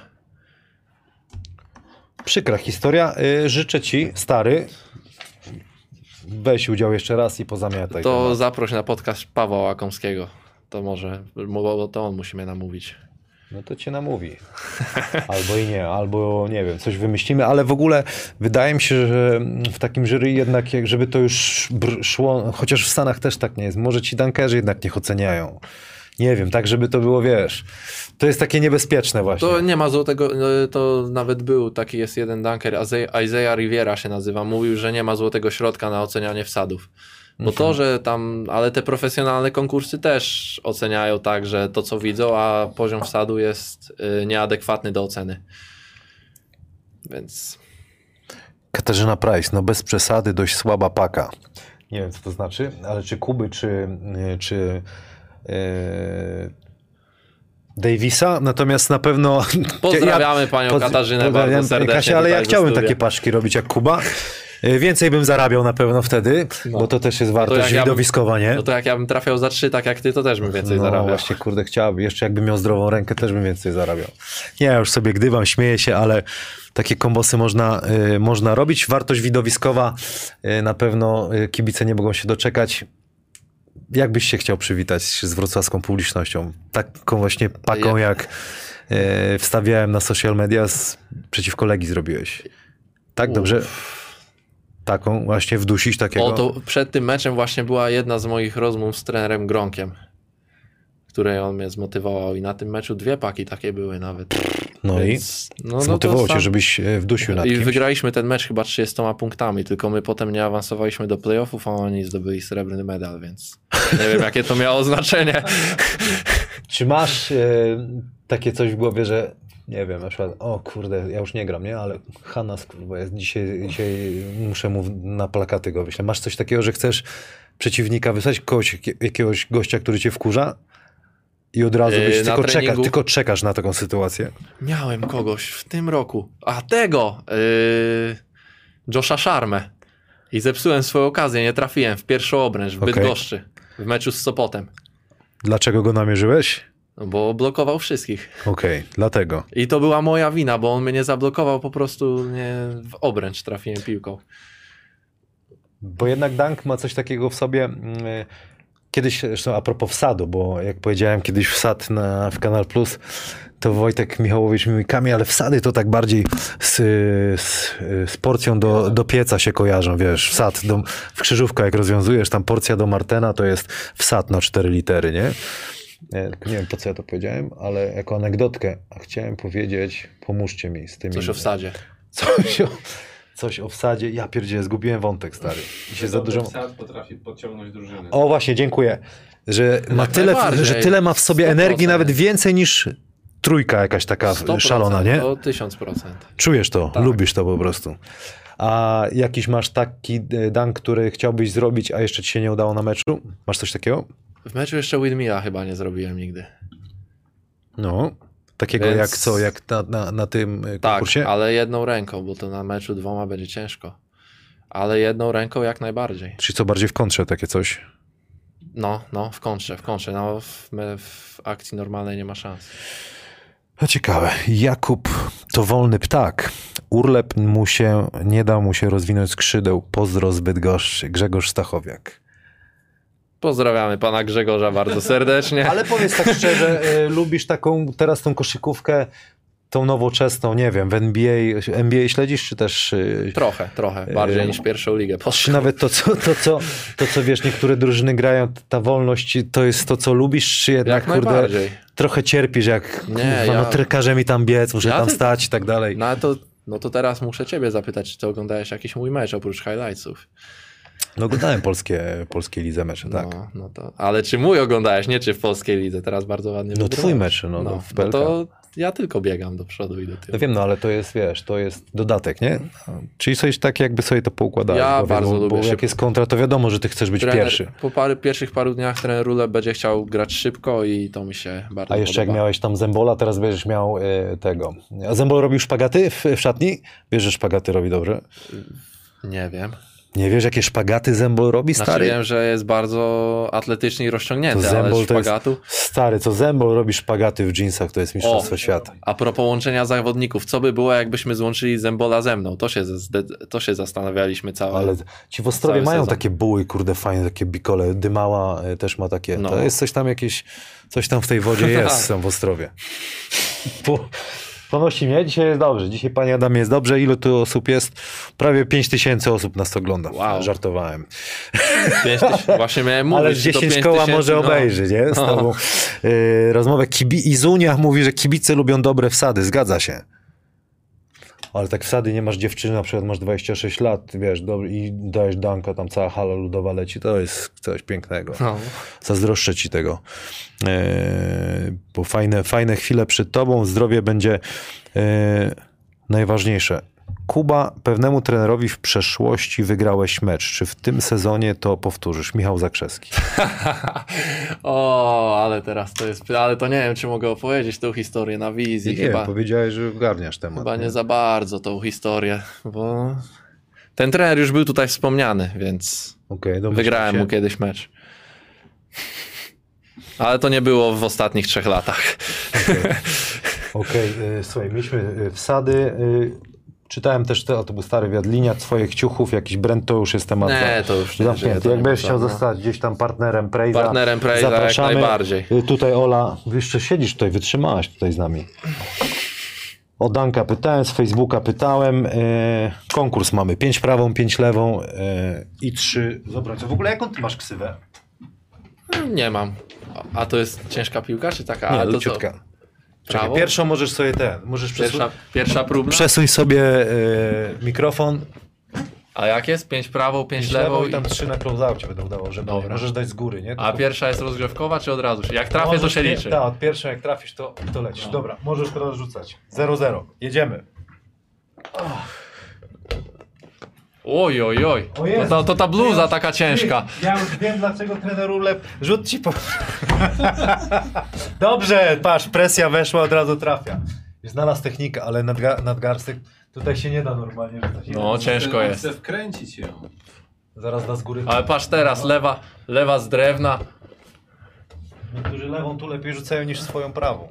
Przykra historia. Y, życzę ci, stary, weź udział jeszcze raz i pozamiataj. To temat. zaproś na podcast Pawła Łakomskiego. To może, bo to on musi mnie namówić. No to cię namówi. Albo i nie, albo nie wiem, coś wymyślimy, ale w ogóle wydaje mi się, że w takim jury jednak, jak- żeby to już br- szło, chociaż w Stanach też tak nie jest, może ci dankerzy jednak niech oceniają. Nie wiem, tak żeby to było, wiesz, to jest takie niebezpieczne właśnie. To nie ma złotego, no, to nawet był, taki jest jeden dunker, Isaiah- Isaiah Riviera się nazywa, mówił, że nie ma złotego środka na ocenianie wsadów. Bo to, że tam, ale te profesjonalne konkursy też oceniają tak, że to co widzą, a poziom wsadu jest y, nieadekwatny do oceny. Więc Katarzyna Price, no bez przesady, dość słaba paka. Nie wiem, co to znaczy, ale czy Kuby, czy, czy e, Davisa, natomiast na pewno... pozdrawiamy panią Poz- Katarzynę pozdrawiam, bardzo serdecznie. Kasia, ale ja tutaj ze chciałbym studia. takie paczki robić jak Kuba. E, Więcej bym zarabiał na pewno wtedy, No. bo to też jest jak wartość ja bym- widowiskowa, nie? No to jak ja bym trafiał za trzy, tak jak ty, to też bym więcej No zarabiał. właśnie, kurde, chciałbym. Jeszcze jakbym miał zdrową rękę, też bym więcej zarabiał. Nie, ja już sobie gdybam, śmieję się, ale takie kombosy można, y, można robić. Wartość widowiskowa, y, na pewno y, kibice nie mogą się doczekać. Jak byś się chciał przywitać z wrocławską publicznością? Taką właśnie paką, Ja- jak y, wstawiałem na social media, z, przeciwko Legii zrobiłeś. Tak, dobrze? Taką właśnie wdusić takiego... O, to przed tym meczem właśnie była jedna z moich rozmów z trenerem Gronkiem, której on mnie zmotywował i na tym meczu dwie paki takie były nawet. No Więc, i no, zmotywowało no to cię, sam... żebyś wdusił nad I kimś. wygraliśmy ten mecz chyba trzydziestoma punktami, tylko my potem nie awansowaliśmy do playoffów, a oni zdobyli srebrny medal, więc nie wiem, jakie to miało znaczenie. Czy masz e, takie coś w głowie, że nie wiem, na przykład, o kurde, ja już nie gram, nie? Ale Hanas, kurwa, jest dzisiaj, dzisiaj muszę mu na plakaty go wyśleć. Masz coś takiego, że chcesz przeciwnika wysłać, kogoś, jakiegoś gościa, który cię wkurza i od razu byś Yy, tylko, treningu... czekasz, tylko czekasz na taką sytuację? Miałem kogoś w tym roku, a tego, yy, Josha Sharmę. I zepsułem swoją okazję, nie trafiłem w pierwszą obręcz w Okay. Bydgoszczy, w meczu z Sopotem. Dlaczego go namierzyłeś? No bo blokował wszystkich. Okej, okay, dlatego. I to była moja wina, bo on mnie nie zablokował, po prostu nie w obręcz trafiłem piłką. Bo jednak Dunk ma coś takiego w sobie. Kiedyś, zresztą a propos wsadu, bo jak powiedziałem kiedyś wsad na, w Kanal Plus, to Wojtek Michałowicz mi mówi, Kamil, ale wsady to tak bardziej z, z, z porcją do, do pieca się kojarzą, wiesz, wsad do, w krzyżówkę jak rozwiązujesz, tam porcja do Martena to jest wsad na cztery litery, nie? Nie, nie wiem, po co ja to powiedziałem, ale jako anegdotkę chciałem powiedzieć, pomóżcie mi z tymi... Coś o wsadzie. Coś o, coś o wsadzie. Ja pierdzielę, zgubiłem wątek, stary. I się za dużo... Wsad potrafi podciągnąć drużynę. O właśnie, dziękuję. Że ma tyle, że tyle ma w sobie sto procent. energii, nawet więcej niż trójka jakaś taka sto procent, szalona, nie? O tysiąc procent. Czujesz to, Tak. lubisz to po prostu. A jakiś masz taki dunk, który chciałbyś zrobić, a jeszcze ci się nie udało na meczu? Masz coś takiego? W meczu jeszcze windmilla chyba nie zrobiłem nigdy. No, takiego Więc... jak co, jak na, na, na tym konkursie? Tak, ale jedną ręką, bo to na meczu dwoma będzie ciężko. Ale jedną ręką jak najbardziej. Czyli co, bardziej w kontrze takie coś? No, no, w kontrze, w kontrze. No, w, w akcji normalnej nie ma szans. No ciekawe. Jakub to wolny ptak. Urlep mu się, nie dał mu się rozwinąć skrzydeł. Pozdro z Bydgoszczy. Grzegorz Stachowiak. Pozdrawiamy pana Grzegorza bardzo serdecznie. Ale powiedz tak szczerze, y, lubisz taką, teraz tą koszykówkę, tą nowoczesną, nie wiem, w N B A, N B A śledzisz, czy też... Y, Trochę, trochę. Bardziej y, niż pierwszą ligę. Czy nawet to co, to, co, to, co wiesz, niektóre drużyny grają, ta wolność, to jest to, co lubisz, czy jednak, Jak kurde, najbardziej. trochę cierpisz, jak, Nie, kurwa, ja- no tyle każe mi tam biec, muszę Ja tam ty- stać i tak dalej. No ale to, no to teraz muszę ciebie zapytać, czy ty oglądałeś jakiś mój mecz oprócz highlightsów. No oglądałem polskie, polskie lidze mecze, tak. No, no to, ale czy mój oglądałeś, nie czy w polskiej lidze, teraz bardzo ładnie No wygrałeś. twój mecz, no, no, w no Belka. to ja tylko biegam do przodu i do tyłu. No wiem, no ale to jest, wiesz, to jest dodatek, nie? Czyli coś tak jakby sobie to poukładałeś. Ja bo bardzo wiadomo, lubię Bo jak szybko. jest kontra, to wiadomo, że ty chcesz być Trener, pierwszy. Po pary, pierwszych paru dniach trener Rule będzie chciał grać szybko i to mi się bardzo A jeszcze podoba. jak miałeś tam Zembola, teraz będziesz miał y, tego. A Zembol robił szpagaty w, w szatni? Wiesz, że szpagaty robi dobrze? Nie wiem. Nie wiesz, jakie szpagaty Zembol robi, Znaczy stary? wiem, że jest bardzo atletyczny i rozciągnięty, To ale Zembol z to jest- szpagatu... Stary, co Zembol robi szpagaty w dżinsach, to jest mistrzostwo O. świata. A propos łączenia zawodników, co by było, jakbyśmy złączyli Zembola ze mną? To się, zde- to się zastanawialiśmy całe... Ale ci w Ostrowie Cały mają sezon. takie buły, kurde, fajne, takie bikole. Dymała y, też ma takie. No. To jest coś tam jakieś, coś tam w tej wodzie jest tam w Ostrowie. Po, ponosi mnie, dzisiaj jest dobrze. Dzisiaj, panie Adamie, jest dobrze. Ilu tu osób jest? Prawie pięć tysięcy osób nas ogląda. Wow. Żartowałem. pięć tysięcy, właśnie miałem mówić, Ale że to dziesięć pięć koła tysięcy, może no. obejrzy, nie? Z No. tobą y, rozmowę. Kibi Izunia mówi, że kibice lubią dobre wsady. Zgadza się. Ale tak wsady nie masz dziewczyny, na przykład masz dwadzieścia sześć lat, wiesz, dobry, i dajesz danka, tam cała hala ludowa leci, to jest coś pięknego. No. Zazdroszczę ci tego. E, bo fajne, fajne chwile przed tobą, zdrowie będzie e, najważniejsze. Kuba, pewnemu trenerowi w przeszłości wygrałeś mecz. Czy w tym sezonie to powtórzysz? Michał Zakrzewski. O, ale teraz to jest... Ale to nie wiem, czy mogę opowiedzieć tą historię na wizji. Chyba, powiedziałeś, że ogarniasz temat. chyba nie za bardzo tą historię, bo ten trener już był tutaj wspomniany, więc Okay, wygrałem się. mu kiedyś mecz. Ale to nie było w ostatnich trzech latach. Okej, okay, słuchaj, mieliśmy y, wsady. Y, czytałem też, to, to był stary wywiad, linia twoich ciuchów, jakiś brand, to już jest temat Nie, to już nie, zamknięty. to nie Jak będziesz ma chciał co, no. zostać gdzieś tam partnerem Prejza, Partnerem Prejza jak zapraszamy. najbardziej. Y, Tutaj Ola, jeszcze siedzisz tutaj, wytrzymałaś tutaj z nami. O Danka pytałem, z Facebooka pytałem. Y, konkurs mamy, pięć prawą, pięć lewą y, i trzy z obrońcą. W ogóle jaką ty masz ksywę? Nie mam. A to jest ciężka piłka, czy taka? Nie, A to co? leciutka. Prawo? Pierwszą możesz sobie ten, możesz Pierwsza, przesu- pierwsza próbna. przesuń sobie e, mikrofon. A jak jest? Pięć prawą, pięć lewą i tam trzy na close-outie będą dało, żeby Dobra. możesz dać z góry, nie? A pierwsza jest rozgrzewkowa, czy od razu? Jak trafię, to się liczy. Tak, od pierwszej jak trafisz, to, to lecisz. No. Dobra, możesz teraz rzucać. zero zero. Jedziemy. Oj, oj, oj. O Jezu. To, to, to ta bluza taka ciężka. Ja już wiem, dlaczego trener Ulep... Rzut ci po... Dobrze, patrz, presja weszła, od razu trafia. Znalazł technikę, ale nadga- nadgarstek tutaj się nie da normalnie rzucać. No, ciężko Chcę- jest. Chcę wkręcić ją. Zaraz da z góry. Ale patrz teraz, lewa, lewa z drewna. Niektórzy lewą tu lepiej rzucają niż swoją prawą.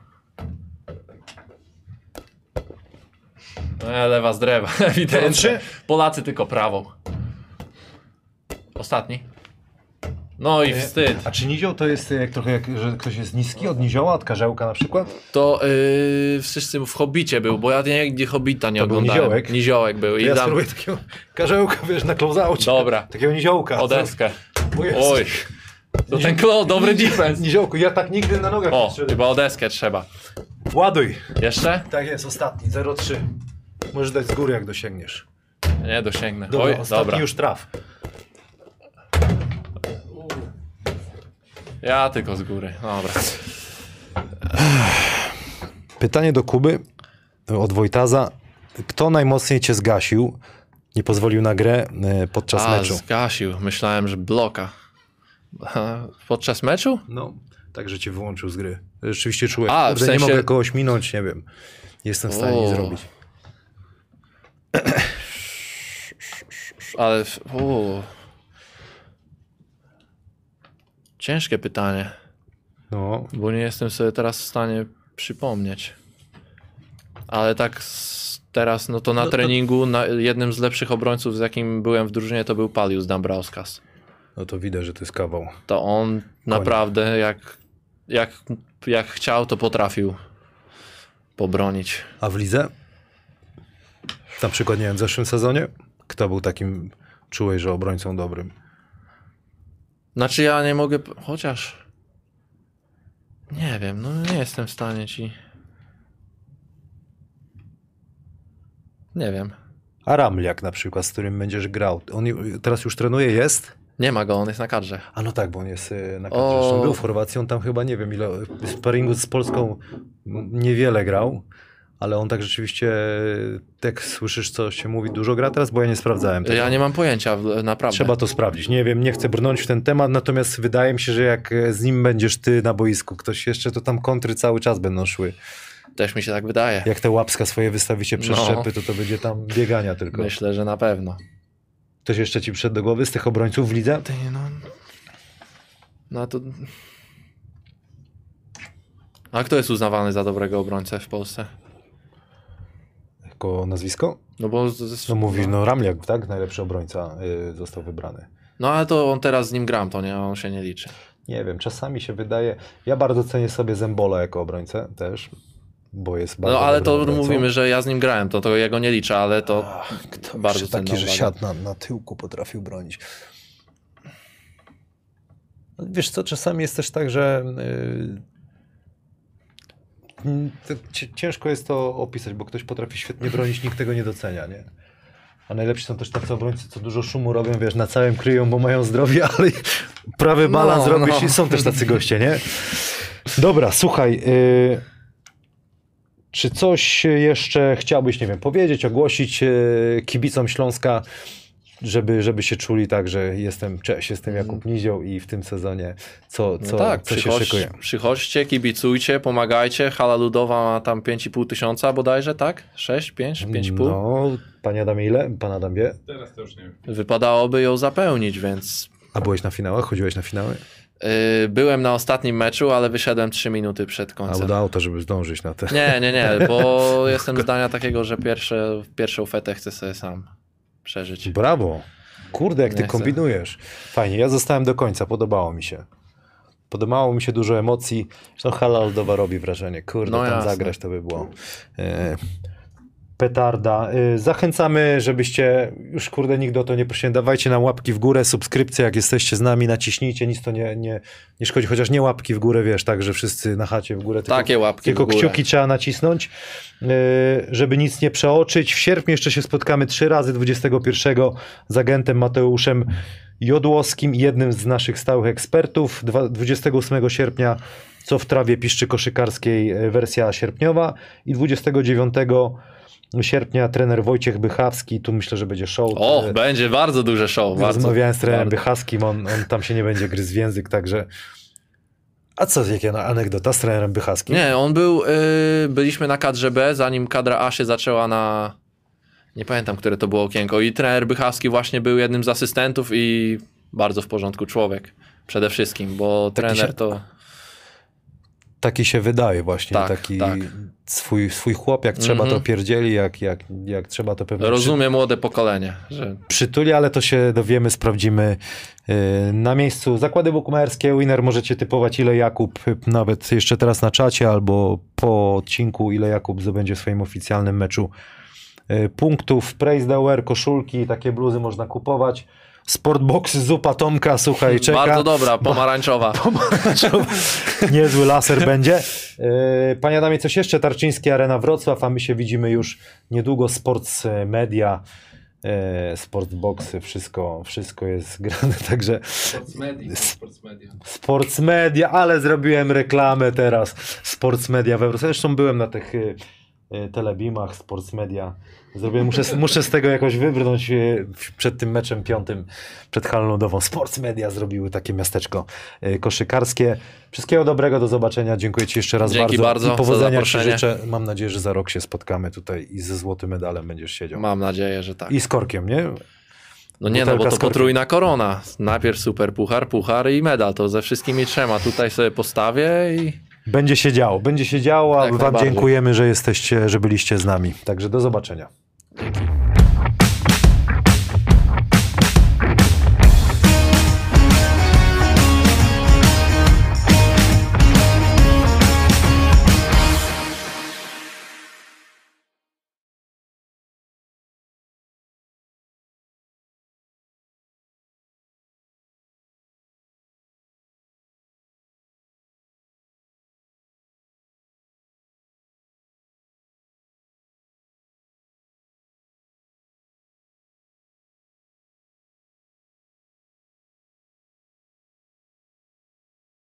Nie, lewa z drewna, ewidentnie. Trzy? Polacy tylko prawą. Ostatni. No i wstyd. A czy nizioł to jest jak trochę, jak, że ktoś jest niski od nizioła, od karzełka na przykład? To yy, wszyscy w Hobbicie był, bo ja nigdy Hobbita nie To był oglądałem. niziołek? Niziołek był. To I ja tam... spróbuję takiego karzełka, wiesz, na close-outie. Dobra. Takiego niziołka. O deskę. O Jezu. Oj. To ten klo, dobry defense. Niziołku, ja tak nigdy na nogach nie O, strzelę. chyba o deskę trzeba. Ładuj. Jeszcze? Tak jest, ostatni, zero trzy. Możesz dać z góry, jak dosięgniesz. Nie, dosięgnę. Dobra, Oj, ostatni dobra. już traf. Ja tylko z góry. Dobra. Pytanie do Kuby od Wojtaza. Kto najmocniej cię zgasił, nie pozwolił na grę e, podczas A, meczu? zgasił. Myślałem, że bloka. Podczas meczu? No, tak, że cię wyłączył z gry. Rzeczywiście czułeś, A, w kurde, sensie- nie mogę kogoś minąć, nie wiem. Nie jestem w stanie nic O. zrobić. Ale... U. Ciężkie pytanie, No, bo nie jestem sobie teraz w stanie przypomnieć. Ale tak s- teraz, no to na No to- treningu na, jednym z lepszych obrońców, z jakim byłem w drużynie, to był Palius Dambrauskas. no to widać, że to jest kawał. To on naprawdę jak, jak, jak chciał, to potrafił pobronić. A w lidze? Na przykład, nie wiem, w zeszłym sezonie? Kto był takim, czułeś, że obrońcą dobrym? Znaczy ja nie mogę, p- chociaż nie wiem, no nie jestem w stanie ci... Nie wiem. A Ramliak na przykład, z którym będziesz grał. On ju- teraz już trenuje, jest? Nie ma go, on jest na kadrze. A no tak, bo on jest y, na kadrze. O. Zresztą był w Chorwacji, on tam chyba, nie wiem ile, sparingu z Polską m, niewiele grał, ale on tak rzeczywiście, jak słyszysz, co się mówi, dużo gra teraz, bo ja nie sprawdzałem tego. Ja nie mam pojęcia, w- naprawdę. Trzeba to sprawdzić. Nie wiem, nie chcę brnąć w ten temat, natomiast wydaje mi się, że jak z nim będziesz ty na boisku, ktoś jeszcze, to tam kontry cały czas będą szły. Też mi się tak wydaje. Jak te łapska swoje wystawicie przeszczepy, to to będzie tam biegania tylko. Myślę, że na pewno. Ktoś jeszcze ci przyszedł do głowy z tych obrońców w lidze? Ty, no... No to... A kto jest uznawany za dobrego obrońcę w Polsce? Jako nazwisko? No bo... z- No mówi, no Ramliak, tak? Najlepszy obrońca y, został wybrany. No ale to on teraz z nim gram, to nie, on się nie liczy. Nie wiem, czasami się wydaje... Ja bardzo cenię sobie Zembola jako obrońcę też, bo jest bardzo No ale dobrym to obrońcą. mówimy, że ja z nim grałem, to, to jego nie liczę, ale to Kto bardzo jeszcze cenna taki, że uwaga. siadł na, na tyłku, potrafił bronić. No, wiesz co, czasami jest też tak, że yy, to ci- ciężko jest to opisać, bo ktoś potrafi świetnie bronić, nikt tego nie docenia, nie? A najlepsi są też tacy obrońcy, co dużo szumu robią, wiesz, na całym kryją, bo mają zdrowie, ale prawy balans No, robisz no. i są też tacy goście, nie? Dobra, słuchaj, yy, czy coś jeszcze chciałbyś, nie wiem, powiedzieć, ogłosić yy, kibicom Śląska, żeby, żeby się czuli tak, że jestem, cześć, jestem Jakub Nizioł i w tym sezonie co, co, no tak, co się przychodź, szykuje? przychodźcie, kibicujcie, pomagajcie. Hala Ludowa ma tam pięć i pół tysiąca bodajże, tak? sześć, pięć, pięć i pół? No, panie Adamie, ile? Pan Adam wie? Teraz to już nie wiem. Wypadałoby ją zapełnić, więc A byłeś na finałach? Chodziłeś na finały? yy, byłem na ostatnim meczu, ale wyszedłem trzy minuty przed A końcem. udało to, żeby zdążyć na te... Nie, nie, nie, bo jestem zdania takiego, że pierwsze, pierwszą fetę chcę sobie sam przeżyć. Brawo! Kurde, jak ty Nie chcę. kombinujesz. Fajnie, ja zostałem do końca, podobało mi się. Podobało mi się, dużo emocji. Zresztą hala lodowa robi wrażenie. Kurde, No tam jasne. zagrać to by było. E, petarda. Zachęcamy, żebyście, już kurde nigdy o to nie prosiłem, dawajcie nam łapki w górę, subskrypcje, jak jesteście z nami, naciśnijcie, nic to nie, nie, nie szkodzi, chociaż nie łapki w górę, wiesz, tak, że wszyscy na chacie w górę. Tylko, Takie łapki tylko w górę. kciuki trzeba nacisnąć, żeby nic nie przeoczyć. W sierpniu jeszcze się spotkamy trzy razy, dwudziestego pierwszego z agentem Mateuszem Jodłowskim, jednym z naszych stałych ekspertów. dwudziestego ósmego sierpnia Co w trawie piszczy koszykarskiej, wersja sierpniowa, i dwudziestego dziewiątego sierpnia trener Wojciech Bychawski, tu myślę, że będzie show. O, to, będzie bardzo duże show. Rozmawiałem z trenerem bardzo. Bychawskim, on, on tam się nie będzie gryzł w język, także... A co, jaka anegdota z trenerem Bychawskim? Nie, on był, yy, byliśmy na kadrze B, zanim kadra A się zaczęła na... Nie pamiętam, które to było okienko, i trener Bychawski właśnie był jednym z asystentów i bardzo w porządku człowiek, przede wszystkim, bo taki trener się... to... Taki się wydaje właśnie, tak, taki tak. Swój, swój chłop, jak trzeba mm-hmm. to pierdzieli, jak, jak, jak trzeba to pewnie... Rozumie przy... młode pokolenie. Że... Przytuli, ale to się dowiemy, sprawdzimy yy, na miejscu. Zakłady bukmacherskie, winner, możecie typować, ile Jakub, nawet jeszcze teraz na czacie, albo po odcinku, ile Jakub zdobędzie w swoim oficjalnym meczu yy, punktów. Praise the wear, koszulki, takie bluzy można kupować. Sportbox, zupa Tomka, słuchaj, czeka. Bardzo dobra, pomarańczowa. pomarańczowa. Niezły laser będzie. Yy, Panie Adamie, coś jeszcze? Tarczyński, Arena Wrocław, a my się widzimy już niedługo. Sports Media, yy, Sportboxy, wszystko, wszystko jest grane, także... Sports Media. Sports Media. Sports Media, ale zrobiłem reklamę teraz. Sports Media we Wrocławiu. Zresztą byłem na tych yy, telebimach, Sports Media. Zrobiłem, muszę, muszę z tego jakoś wybrnąć przed tym meczem piątym, przed halą lodową. Sports Media zrobiły takie miasteczko koszykarskie. Wszystkiego dobrego, do zobaczenia. Dziękuję Ci jeszcze raz Dzięki bardzo. bardzo. I powodzenia Ci życzę. Mam nadzieję, że za rok się spotkamy tutaj i ze złotym medalem będziesz siedział. Mam nadzieję, że tak. I z korkiem, nie? No nie, no bo to potrójna korona. Najpierw super puchar, puchar i medal. To ze wszystkimi trzema tutaj sobie postawię i... Będzie się działo, będzie się działo, a Jak Wam dziękujemy, że jesteście, że byliście z nami. Także do zobaczenia. Dzięki.